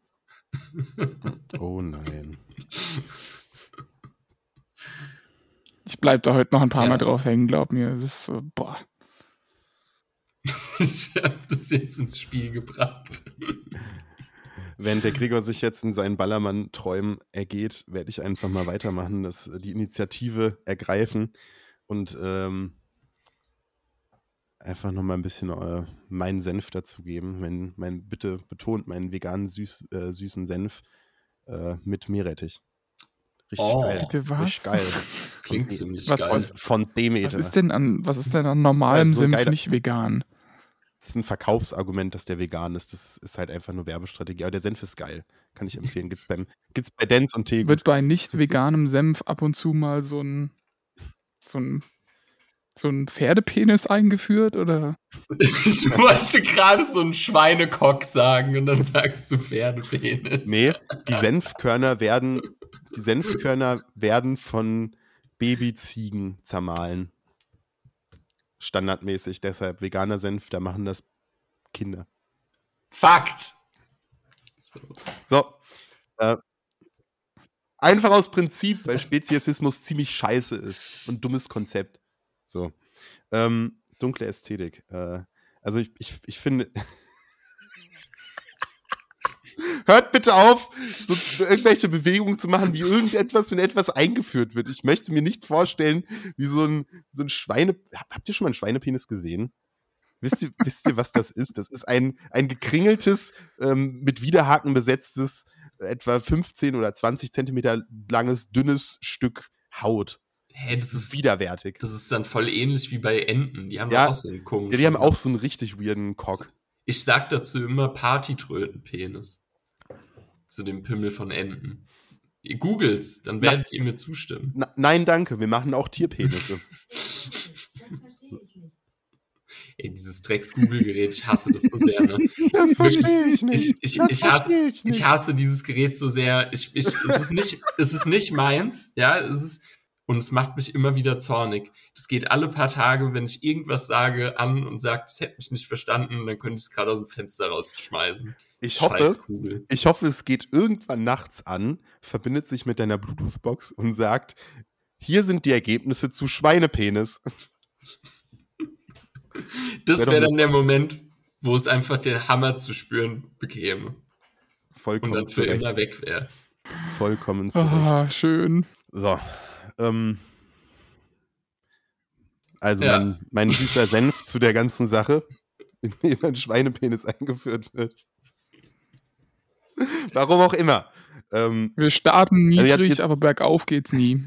Oh nein. Ich bleib da heute noch ein paar Ja. Mal drauf hängen, glaub mir. Das ist so, boah. Ich habe das jetzt ins Spiel gebracht. Während der Gregor sich jetzt in seinen Ballermann-Träumen ergeht, werde ich einfach mal weitermachen, das, die Initiative ergreifen und ähm, einfach nochmal ein bisschen äh, meinen Senf dazugeben. Mein, mein, bitte betont meinen veganen süß, äh, süßen Senf äh, mit Meerrettich. Richtig Oh. geil. Bitte was? Richtig geil. Das klingt Von- ziemlich Was- geil. Von, von Demeter. Was ist denn an, was ist denn an normalem Ja, so ein Senf geiler- nicht vegan? Das ist ein Verkaufsargument, dass der vegan ist. Das ist halt einfach nur Werbestrategie. Aber der Senf ist geil. Kann ich empfehlen. Gibt's, beim, gibt's bei Dance und Tee. Wird bei nicht veganem Senf ab und zu mal so ein, so ein, so ein Pferdepenis eingeführt oder? Ich wollte gerade so einen Schweinekock sagen und dann sagst du Pferdepenis. Nee, die Senfkörner werden, die Senfkörner werden von Babyziegen zermahlen. Standardmäßig. Deshalb veganer Senf, da machen das Kinder. Fakt. So. So. Äh, einfach aus Prinzip, weil Speziesismus ziemlich scheiße ist und dummes Konzept. So. Ähm, dunkle Ästhetik. Äh, also ich, ich, ich finde. Hört bitte auf, so irgendwelche Bewegungen zu machen, wie irgendetwas, wenn etwas eingeführt wird. Ich möchte mir nicht vorstellen, wie so ein, so ein Schweine... Habt ihr schon mal einen Schweinepenis gesehen? Wisst ihr, wisst ihr, was das ist? Das ist ein, ein gekringeltes, ähm, mit Widerhaken besetztes, etwa fünfzehn oder zwanzig Zentimeter langes, dünnes Stück Haut. Hä, das ist, widerwärtig. das ist dann voll ähnlich wie bei Enten. Die haben Ja, doch auch so einen komischen... Ja, die haben auch so einen richtig weirden Cock. Ich sag dazu immer Partytrötenpenis. Zu dem Pimmel von Enten. Ihr googelt's, dann werdet ihr mir zustimmen. Na, nein, danke, wir machen auch Tierpenisse. Das verstehe ich nicht. Ey, dieses Drecks-Google-Gerät, ich hasse das so sehr, ne? Das verstehe Wirklich, ich nicht. Ich, ich, Das ich, hasse, verstehe ich nicht. ich hasse dieses Gerät so sehr. Ich, ich, es, ist nicht, es ist nicht meins, ja, es ist, und es macht mich immer wieder zornig. Das geht alle paar Tage, wenn ich irgendwas sage, an und sagt, es hätte mich nicht verstanden, dann könnte ich es gerade aus dem Fenster rausschmeißen. Ich Scheiß hoffe, Kugel. ich hoffe, es geht irgendwann nachts an, verbindet sich mit deiner Bluetooth-Box und sagt, hier sind die Ergebnisse zu Schweinepenis. Das Wär doch wäre mit- dann der Moment, wo es einfach den Hammer zu spüren bekäme und Vollkommen dann für zurecht. immer weg wäre. Vollkommen zurecht. Ah, schön. So. Ähm, also Ja. mein, mein süßer Senf zu der ganzen Sache, in dem ein Schweinepenis eingeführt wird. Warum auch immer. Ähm, Wir starten Also, ihr habt niedrig, jetzt- aber bergauf geht's nie.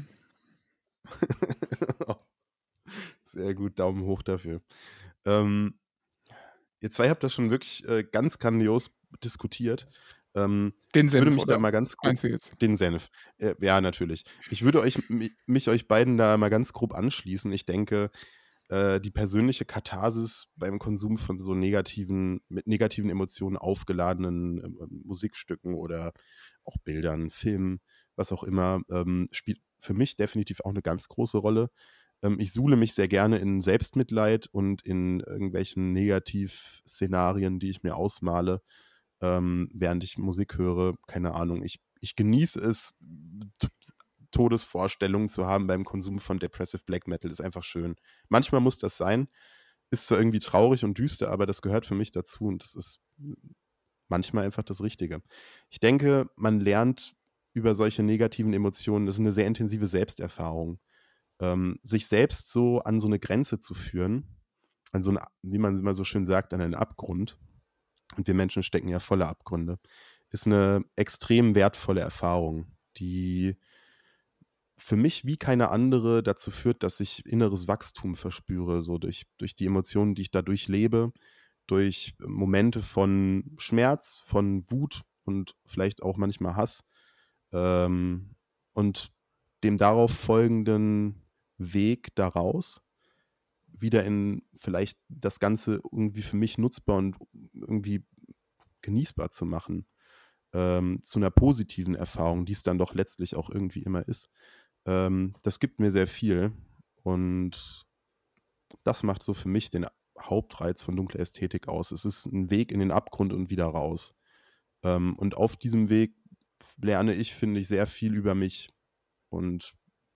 Sehr gut, Daumen hoch dafür. Ähm, ihr zwei habt das schon wirklich äh, ganz grandios diskutiert. Ähm, Den ich würde Senf, mich da oder? mal ganz grob, Meinst du jetzt? den Senf, äh, ja, natürlich. Ich würde euch, mi- mich euch beiden da mal ganz grob anschließen. Ich denke, äh, die persönliche Katharsis beim Konsum von so negativen, mit negativen Emotionen aufgeladenen ähm, ähm, Musikstücken oder auch Bildern, Filmen, was auch immer, ähm, spielt für mich definitiv auch eine ganz große Rolle. Ähm, ich suhle mich sehr gerne in Selbstmitleid und in irgendwelchen Negativszenarien, die ich mir ausmale, ähm, während ich Musik höre. Keine Ahnung. Ich, ich genieße es, t- Todesvorstellungen zu haben beim Konsum von Depressive Black Metal. Ist einfach schön. Manchmal muss das sein. Ist zwar irgendwie traurig und düster, aber das gehört für mich dazu und das ist manchmal einfach das Richtige. Ich denke, man lernt über solche negativen Emotionen, das ist eine sehr intensive Selbsterfahrung, ähm, sich selbst so an so eine Grenze zu führen, an so eine, wie man immer so schön sagt, an einen Abgrund. Und wir Menschen stecken ja voller Abgründe. Ist eine extrem wertvolle Erfahrung, die für mich wie keine andere dazu führt, dass ich inneres Wachstum verspüre, so durch, durch die Emotionen, die ich dadurch lebe, durch Momente von Schmerz, von Wut und vielleicht auch manchmal Hass, ähm, und dem darauf folgenden Weg daraus, wieder in vielleicht das Ganze irgendwie für mich nutzbar und irgendwie genießbar zu machen, ähm, zu einer positiven Erfahrung, die es dann doch letztlich auch irgendwie immer ist. Ähm, das gibt mir sehr viel und das macht so für mich den Hauptreiz von dunkler Ästhetik aus. Es ist ein Weg in den Abgrund und wieder raus. Ähm, und auf diesem Weg lerne ich, finde ich, sehr viel über mich. Und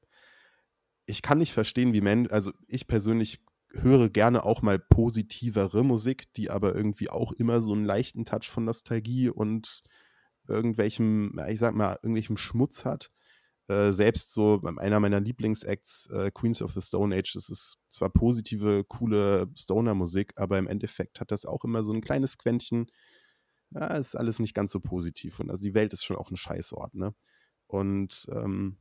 ich kann nicht verstehen, wie Menschen, also ich persönlich höre gerne auch mal positivere Musik, die aber irgendwie auch immer so einen leichten Touch von Nostalgie und irgendwelchem, ja, ich sag mal, irgendwelchem Schmutz hat. Äh, selbst so einer meiner Lieblingsacts, äh, Queens of the Stone Age, das ist zwar positive, coole Stoner-Musik, aber im Endeffekt hat das auch immer so ein kleines Quäntchen, ja, ist alles nicht ganz so positiv. Und also die Welt ist schon auch ein Scheißort, ne? Und ähm,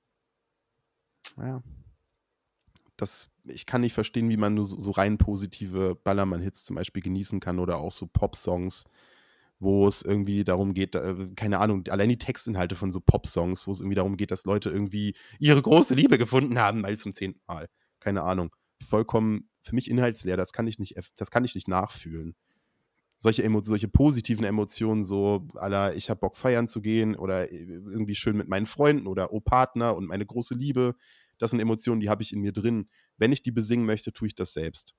ja, das, ich kann nicht verstehen, wie man nur so, so rein positive Ballermann-Hits zum Beispiel genießen kann oder auch so Pop-Songs, wo es irgendwie darum geht, äh, keine Ahnung, allein die Textinhalte von so Pop-Songs, wo es irgendwie darum geht, dass Leute irgendwie ihre große Liebe gefunden haben, mal zum zehnten Mal. Keine Ahnung. Vollkommen für mich inhaltsleer, das kann ich nicht, eff- das kann ich nicht nachfühlen. Solche, Emo solche positiven Emotionen, so à la, ich hab Bock feiern zu gehen oder irgendwie schön mit meinen Freunden oder oh Partner und meine große Liebe, das sind Emotionen, die habe ich in mir drin. Wenn ich die besingen möchte, tue ich das selbst.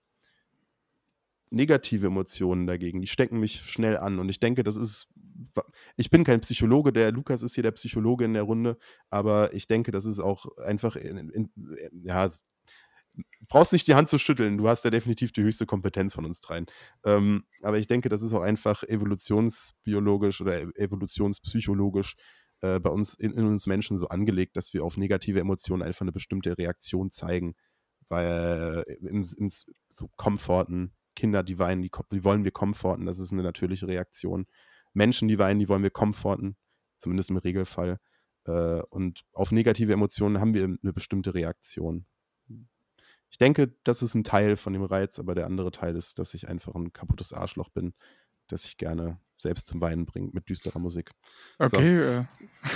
Negative Emotionen dagegen, die stecken mich schnell an. Und ich denke, das ist, ich bin kein Psychologe, der Lukas ist hier der Psychologe in der Runde, aber ich denke, das ist auch einfach, in, in, ja, brauchst nicht die Hand zu schütteln, du hast ja definitiv die höchste Kompetenz von uns dreien. Ähm, aber ich denke, das ist auch einfach evolutionsbiologisch oder evolutionspsychologisch äh, bei uns, in, in uns Menschen so angelegt, dass wir auf negative Emotionen einfach eine bestimmte Reaktion zeigen. Weil äh, im, im so Komforten, Kinder, die weinen, die, die wollen wir komforten, das ist eine natürliche Reaktion. Menschen, die weinen, die wollen wir komforten, zumindest im Regelfall. Äh, und auf negative Emotionen haben wir eine bestimmte Reaktion. Ich denke, das ist ein Teil von dem Reiz, aber der andere Teil ist, dass ich einfach ein kaputtes Arschloch bin, das ich gerne selbst zum Weinen bringt mit düsterer Musik. Okay, äh,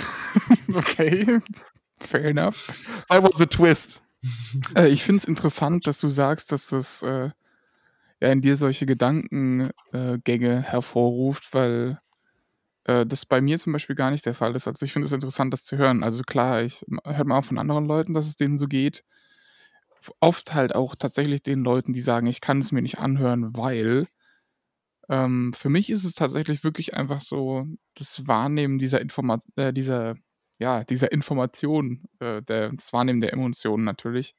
okay, fair enough. I was a twist. Äh, ich finde es interessant, dass du sagst, dass das äh, ja in dir solche Gedankengänge äh, Gänge hervorruft, weil äh, das bei mir zum Beispiel gar nicht der Fall ist. Also ich finde es interessant, das zu hören. Also klar, ich hört mal auch von anderen Leuten, dass es denen so geht. F- Oft halt auch tatsächlich den Leuten, die sagen, ich kann es mir nicht anhören, weil ähm, für mich ist es tatsächlich wirklich einfach so das Wahrnehmen dieser Informa äh, dieser, ja, dieser Information, äh, der, das Wahrnehmen der Emotionen natürlich.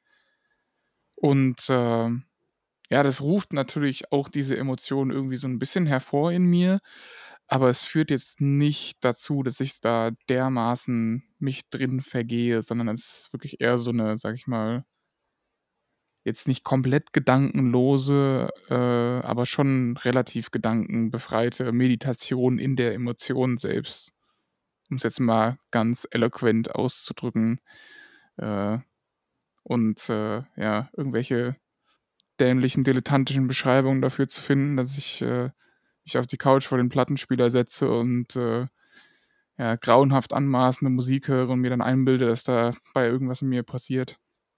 Und ähm, ja, das ruft natürlich auch diese Emotionen irgendwie so ein bisschen hervor in mir, aber es führt jetzt nicht dazu, dass ich da dermaßen mich drin vergehe, sondern es ist wirklich eher so eine, sag ich mal, jetzt nicht komplett gedankenlose, äh, aber schon relativ gedankenbefreite Meditation in der Emotion selbst, um es jetzt mal ganz eloquent auszudrücken. Äh, und äh, ja, irgendwelche dämlichen, dilettantischen Beschreibungen dafür zu finden, dass ich äh, mich auf die Couch vor den Plattenspieler setze und äh, ja, grauenhaft anmaßende Musik höre und mir dann einbilde, dass da bei irgendwas in mir passiert.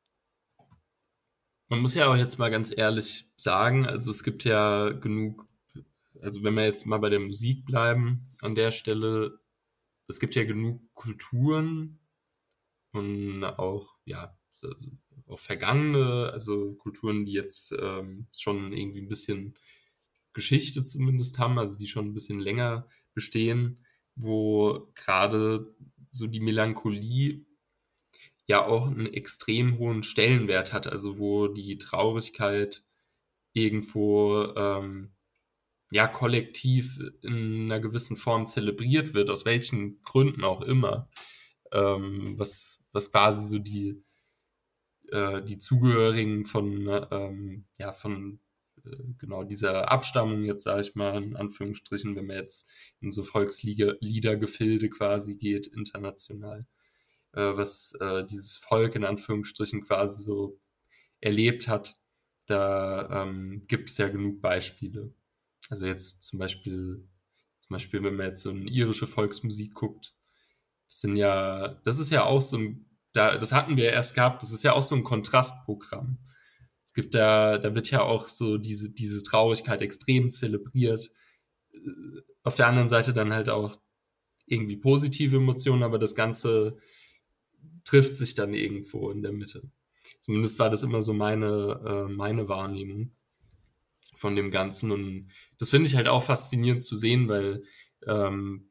Man muss ja auch jetzt mal ganz ehrlich sagen, also es gibt ja genug, also wenn wir jetzt mal bei der Musik bleiben an der Stelle, es gibt ja genug Kulturen und auch, ja, so- so- auch vergangene, also Kulturen, die jetzt ähm, schon irgendwie ein bisschen Geschichte zumindest haben, also die schon ein bisschen länger bestehen, wo gerade so die Melancholie ja auch einen extrem hohen Stellenwert hat, also wo die Traurigkeit irgendwo ähm, ja kollektiv in einer gewissen Form zelebriert wird, aus welchen Gründen auch immer, ähm, was, was quasi so die, äh, die Zugehörigen von, ähm, ja, von äh, genau dieser Abstammung, jetzt sage ich mal in Anführungsstrichen, wenn man jetzt in so Volksliedergefilde quasi geht, international, äh, was äh, dieses Volk in Anführungsstrichen quasi so erlebt hat, da ähm, gibt es ja genug Beispiele. Also jetzt zum Beispiel, zum Beispiel, wenn man jetzt so eine irische Volksmusik guckt, das sind ja, das ist ja auch so ein, da, das hatten wir erst gehabt, das ist ja auch so ein Kontrastprogramm. Es gibt da, da wird ja auch so diese, diese Traurigkeit extrem zelebriert. Äh, Auf der anderen Seite dann halt auch irgendwie positive Emotionen, aber das Ganze trifft sich dann irgendwo in der Mitte. Zumindest war das immer so meine, äh, meine Wahrnehmung von dem Ganzen. Und das finde ich halt auch faszinierend zu sehen, weil ähm,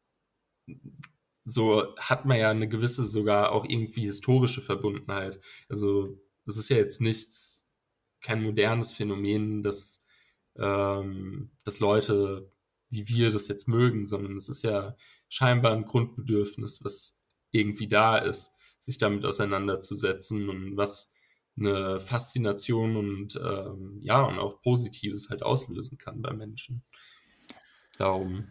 so hat man ja eine gewisse sogar auch irgendwie historische Verbundenheit. Also das ist ja jetzt nichts, kein modernes Phänomen, dass, ähm, dass Leute wie wir das jetzt mögen, sondern es ist ja scheinbar ein Grundbedürfnis, was irgendwie da ist, sich damit auseinanderzusetzen und was eine Faszination und ähm, ja, und auch Positives halt auslösen kann bei Menschen. Darum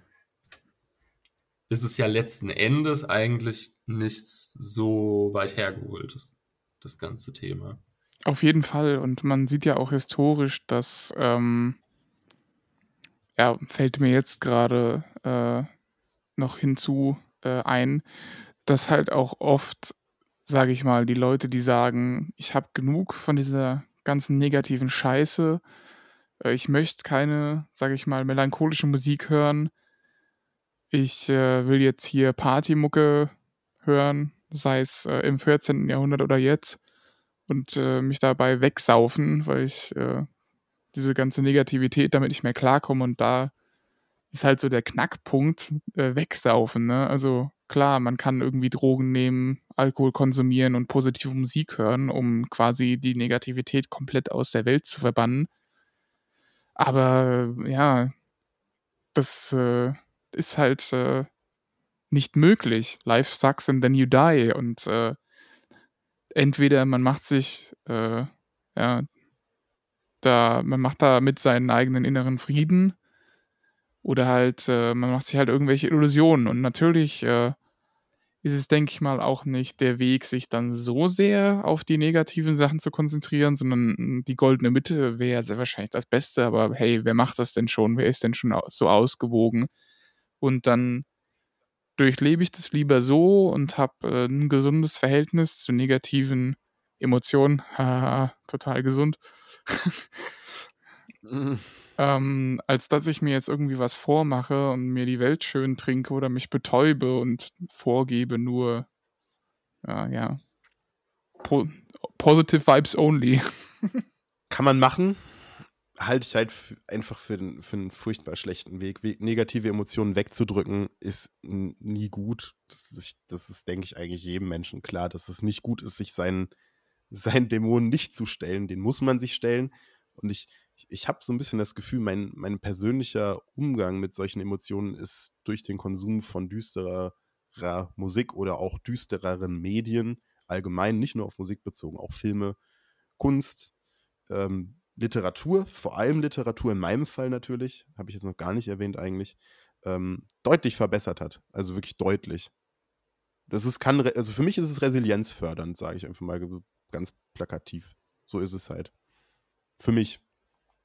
ist es ja letzten Endes eigentlich nichts so weit hergeholtes, das ganze Thema. Auf jeden Fall. Und man sieht ja auch historisch, dass, ähm, ja, fällt mir jetzt gerade äh, noch hinzu äh, ein, dass halt auch oft, sage ich mal, die Leute, die sagen, ich habe genug von dieser ganzen negativen Scheiße, äh, ich möchte keine, sage ich mal, melancholische Musik hören, ich äh, will jetzt hier Partymucke hören, sei es äh, im vierzehnten. Jahrhundert oder jetzt, und äh, mich dabei wegsaufen, weil ich äh, diese ganze Negativität damit nicht mehr klarkomme. Und da ist halt so der Knackpunkt, äh, wegsaufen. Ne? Also klar, man kann irgendwie Drogen nehmen, Alkohol konsumieren und positive Musik hören, um quasi die Negativität komplett aus der Welt zu verbannen. Aber ja, das äh, ist halt äh, nicht möglich. Life sucks and then you die. Und äh, entweder man macht sich, äh, ja, da, man macht da mit seinen eigenen inneren Frieden, oder halt, äh, man macht sich halt irgendwelche Illusionen. Und natürlich äh, ist es, denke ich mal, auch nicht der Weg, sich dann so sehr auf die negativen Sachen zu konzentrieren, sondern mm, die goldene Mitte wäre sehr wahrscheinlich das Beste. Aber hey, wer macht das denn schon? Wer ist denn schon au- so ausgewogen? Und dann durchlebe ich das lieber so und habe äh, ein gesundes Verhältnis zu negativen Emotionen. Haha, total gesund. Mm. Ähm, als dass ich mir jetzt irgendwie was vormache und mir die Welt schön trinke oder mich betäube und vorgebe, nur, ja, ja, po positive Vibes only. Kann man machen, halte ich halt f- einfach für, den, für einen furchtbar schlechten Weg. We negative Emotionen wegzudrücken ist n- nie gut. Das ist, das ist, denke ich, eigentlich jedem Menschen klar, dass es nicht gut ist, sich seinen, seinen Dämonen nicht zu stellen. Den muss man sich stellen. Und ich, ich habe so ein bisschen das Gefühl, mein, mein persönlicher Umgang mit solchen Emotionen ist durch den Konsum von düsterer Musik oder auch düstereren Medien, allgemein, nicht nur auf Musik bezogen, auch Filme, Kunst, ähm, Literatur, vor allem Literatur in meinem Fall natürlich, habe ich jetzt noch gar nicht erwähnt eigentlich, ähm, deutlich verbessert hat. Also wirklich deutlich. Das ist, kann, re- also für mich ist es resilienzfördernd, sage ich einfach mal ge- ganz plakativ. So ist es halt. Für mich.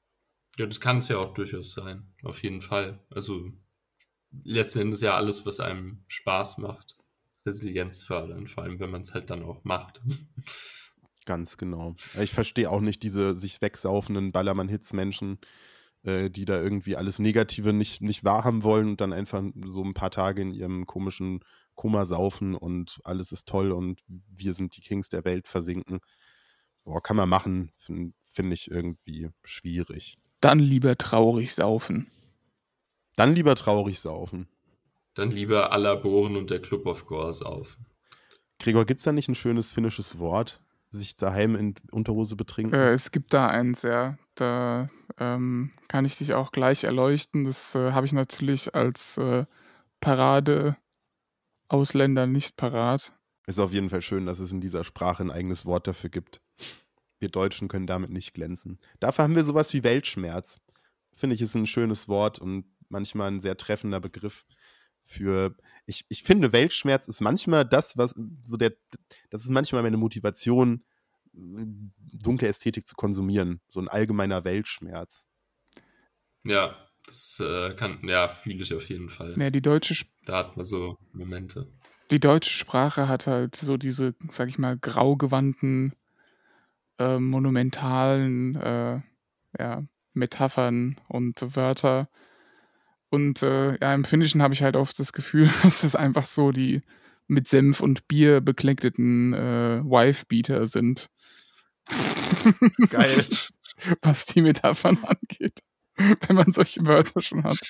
Ja, das kann es ja auch durchaus sein. Auf jeden Fall. Also letzten Endes ja alles, was einem Spaß macht. Resilienz fördern, vor allem wenn man es halt dann auch macht. Ganz genau. Ich verstehe auch nicht diese sich wegsaufenden Ballermann-Hits-Menschen, äh, die da irgendwie alles Negative nicht, nicht wahrhaben wollen und dann einfach so ein paar Tage in ihrem komischen Koma saufen und alles ist toll und wir sind die Kings der Welt versinken. Boah, kann man machen, finde find ich irgendwie schwierig. Dann lieber traurig saufen. Dann lieber traurig saufen. Dann lieber à la Bohren und der Club of Gores auf. Gregor, gibt's da nicht ein schönes finnisches Wort? Sich daheim in Unterhose betrinken? Äh, es gibt da eins, ja. Da ähm, kann ich dich auch gleich erleuchten. Das äh, habe ich natürlich als äh, Parade-Ausländer nicht parat. Ist auf jeden Fall schön, dass es in dieser Sprache ein eigenes Wort dafür gibt. Wir Deutschen können damit nicht glänzen. Dafür haben wir sowas wie Weltschmerz. Finde ich, ist ein schönes Wort und manchmal ein sehr treffender Begriff für. Ich, ich finde, Weltschmerz ist manchmal das, was so der. Das ist manchmal meine Motivation, dunkle Ästhetik zu konsumieren. So ein allgemeiner Weltschmerz. Ja, das äh, kann, ja, fühle ich auf jeden Fall. Ja, die deutsche, Sp- Da hat man so Momente. die deutsche Sprache hat halt so diese, sag ich mal, graugewandten, äh, monumentalen äh, ja, Metaphern und Wörter. Und äh, ja, im Finnischen habe ich halt oft das Gefühl, dass das einfach so die mit Senf und Bier bekleckten äh, Wife-Beater sind. Geil. Was die Metaphern angeht, wenn man solche Wörter schon hat.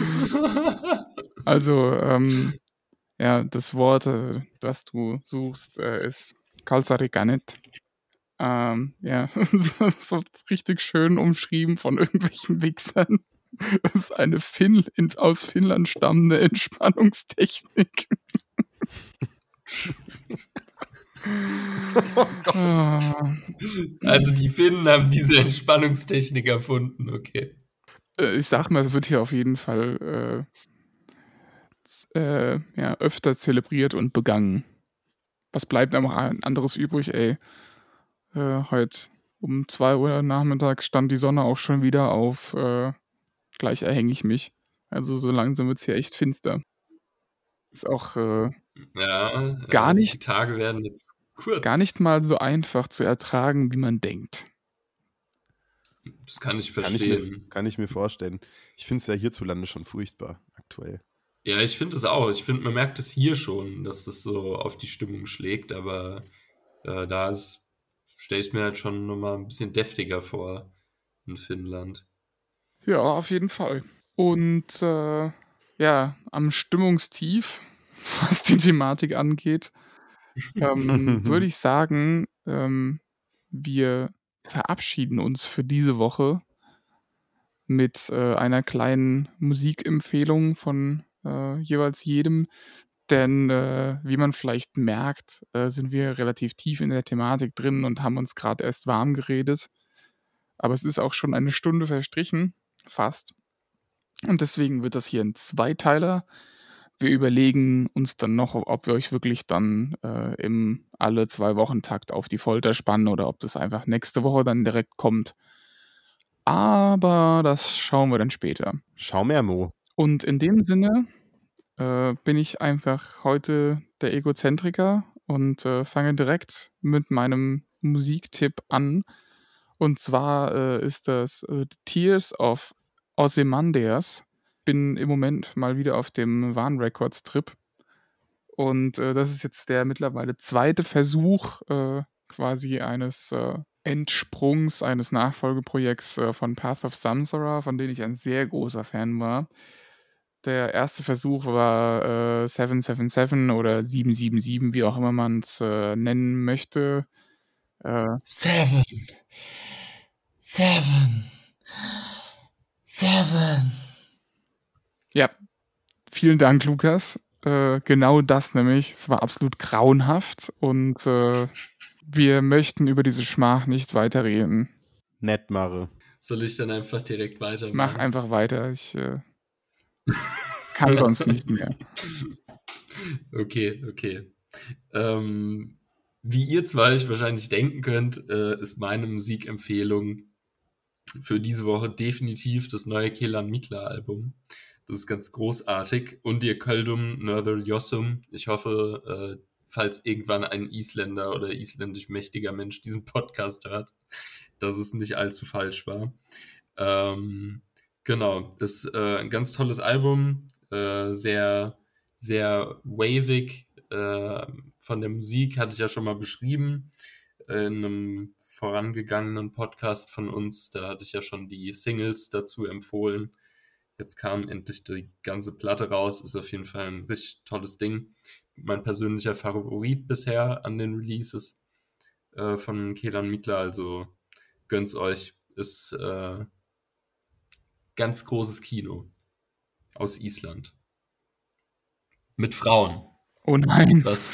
Also, ähm, ja, das Wort, äh, das du suchst, äh, ist Kalsarikanet. Ähm, ja, so richtig schön umschrieben von irgendwelchen Wichsern. Das ist eine Finn in, aus Finnland stammende Entspannungstechnik. Oh Gott. Ah, Also die Finnen haben diese Entspannungstechnik erfunden, okay. äh, ich sag mal, es wird hier auf jeden Fall äh, z- äh, ja, öfter zelebriert und begangen. Was bleibt einem auch ein anderes übrig, ey? Äh, heute um zwei Uhr nachmittags stand die Sonne auch schon wieder auf. Äh, gleich erhänge ich mich. Also so langsam wird es hier echt finster. Ist auch äh, Ja, Gar äh, die nicht- Tage werden jetzt kurz. gar nicht mal so einfach zu ertragen, wie man denkt. Das kann ich Kann ich, verstehen. mir, kann ich mir vorstellen. Ich finde es ja hierzulande schon furchtbar aktuell. Ja, ich finde es auch. Ich finde, man merkt es hier schon, dass das so auf die Stimmung schlägt, aber äh, da stelle ich es mir halt schon nochmal ein bisschen deftiger vor in Finnland. Ja, auf jeden Fall. Und äh, ja, am Stimmungstief, was die Thematik angeht, ähm, würde ich sagen, ähm, wir verabschieden uns für diese Woche mit äh, einer kleinen Musikempfehlung von äh, jeweils jedem. Denn äh, wie man vielleicht merkt, äh, sind wir relativ tief in der Thematik drin und haben uns gerade erst warm geredet. Aber es ist auch schon eine Stunde verstrichen, fast. Und deswegen wird das hier ein Zweiteiler. Wir überlegen uns dann noch, ob wir euch wirklich dann äh, im alle zwei Wochen Takt auf die Folter spannen oder ob das einfach nächste Woche dann direkt kommt. Aber das schauen wir dann später. Schau mehr, Mo. Und in dem Sinne äh, bin ich einfach heute der Egozentriker und äh, fange direkt mit meinem Musiktipp an. Und zwar äh, ist das äh, Tears of Ozymandias. Bin im Moment mal wieder auf dem Van Records Trip. Und äh, das ist jetzt der mittlerweile zweite Versuch äh, quasi eines äh, Entsprungs, eines Nachfolgeprojekts äh, von Path of Samsara, von dem ich ein sehr großer Fan war. Der erste Versuch war äh, sieben sieben sieben oder sieben sieben sieben, wie auch immer man es äh, nennen möchte. Äh, Seven. Seven. Seven. ja, vielen Dank, Lukas. Äh, genau das nämlich. Es war absolut grauenhaft und äh, wir möchten über diese Schmach nicht weiterreden. Nett, Mare. Soll ich dann einfach direkt weitermachen? Mach einfach weiter. Ich äh, kann sonst nicht mehr. Okay, okay. Ähm, wie ihr zwei euch wahrscheinlich denken könnt, äh, ist meine Musikempfehlung für diese Woche definitiv das neue Kelan Mikla Album. Das ist ganz großartig. Und ihr Köldum Nörður Jossum. Ich hoffe, äh, falls irgendwann ein Isländer oder isländisch mächtiger Mensch diesen Podcast hört, dass es nicht allzu falsch war. Ähm, genau, das ist äh, ein ganz tolles Album. Äh, sehr, sehr wavig. Äh, von der Musik hatte ich ja schon mal beschrieben in einem vorangegangenen Podcast von uns. Da hatte ich ja schon die Singles dazu empfohlen. Jetzt kam endlich die ganze Platte raus. Ist auf jeden Fall ein richtig tolles Ding. Mein persönlicher Favorit bisher an den Releases äh, von Kelan Mikla. Also gönnt's euch. Ist äh, ganz großes Kino aus Island. Mit Frauen. Oh nein. Was?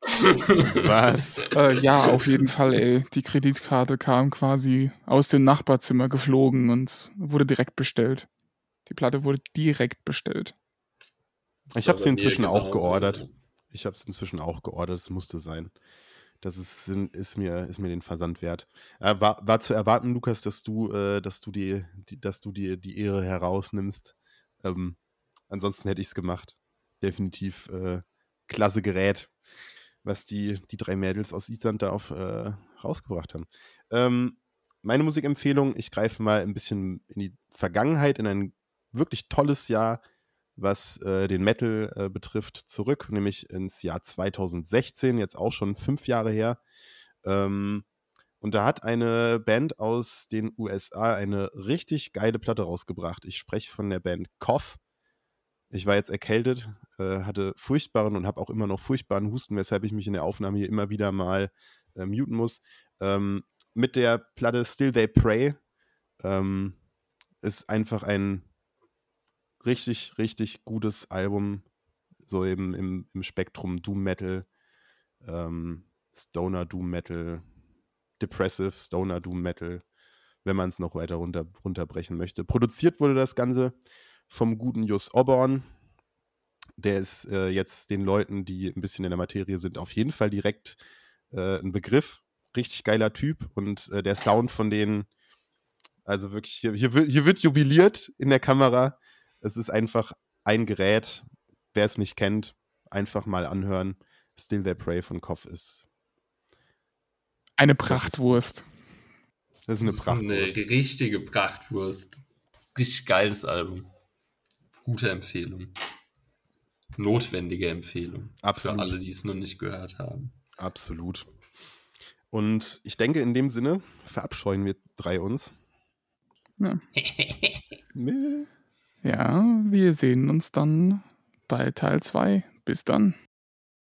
Was? Äh, ja, auf jeden Fall, ey. Die Kreditkarte kam quasi aus dem Nachbarzimmer geflogen und wurde direkt bestellt. Die Platte wurde direkt bestellt. Das Ich war habe sie bei mir inzwischen auch genauso. geordert. Ich habe es inzwischen auch geordert, es musste sein. Das ist, sind- ist, mir, ist mir den Versand wert. Äh, war, war zu erwarten, Lukas, dass du, äh, dass du die, die, dass du dir die Ehre herausnimmst. Ähm, ansonsten hätte ich es gemacht. Definitiv äh, klasse Gerät, was die, die drei Mädels aus Island da auf, äh, rausgebracht haben. Ähm, meine Musikempfehlung, ich greife mal ein bisschen in die Vergangenheit, in ein wirklich tolles Jahr, was äh, den Metal äh, betrifft, zurück, nämlich ins Jahr zweitausendsechzehn, jetzt auch schon fünf Jahre her. Ähm, und da hat eine Band aus den U S A eine richtig geile Platte rausgebracht. Ich spreche von der Band Cough. Ich war jetzt erkältet, äh, hatte furchtbaren und habe auch immer noch furchtbaren Husten, weshalb ich mich in der Aufnahme hier immer wieder mal äh, muten muss. Ähm, mit der Platte Still They Pray ähm, ist einfach ein richtig, richtig gutes Album, so eben im, im Spektrum Doom Metal, ähm, Stoner Doom Metal, Depressive Stoner Doom Metal, wenn man es noch weiter runter, runterbrechen möchte. Produziert wurde das Ganze vom guten Jus Oborn. Der ist äh, jetzt den Leuten, die ein bisschen in der Materie sind, auf jeden Fall direkt äh, ein Begriff. Richtig geiler Typ und äh, der Sound von denen, also wirklich, hier, hier, wird, hier wird jubiliert in der Kamera. Es ist einfach ein Gerät. Wer es nicht kennt, einfach mal anhören. Still They Pray von Cough ist. Eine Das ist- Prachtwurst. Das ist eine Das ist eine Prachtwurst. richtige Prachtwurst. Richtig geiles Album. Gute Empfehlung. Notwendige Empfehlung. Absolut. Für alle, die es noch nicht gehört haben. Absolut. Und ich denke, in dem Sinne verabscheuen wir drei uns. Ja. Meh. Ja, wir sehen uns dann bei Teil zwei. Bis dann.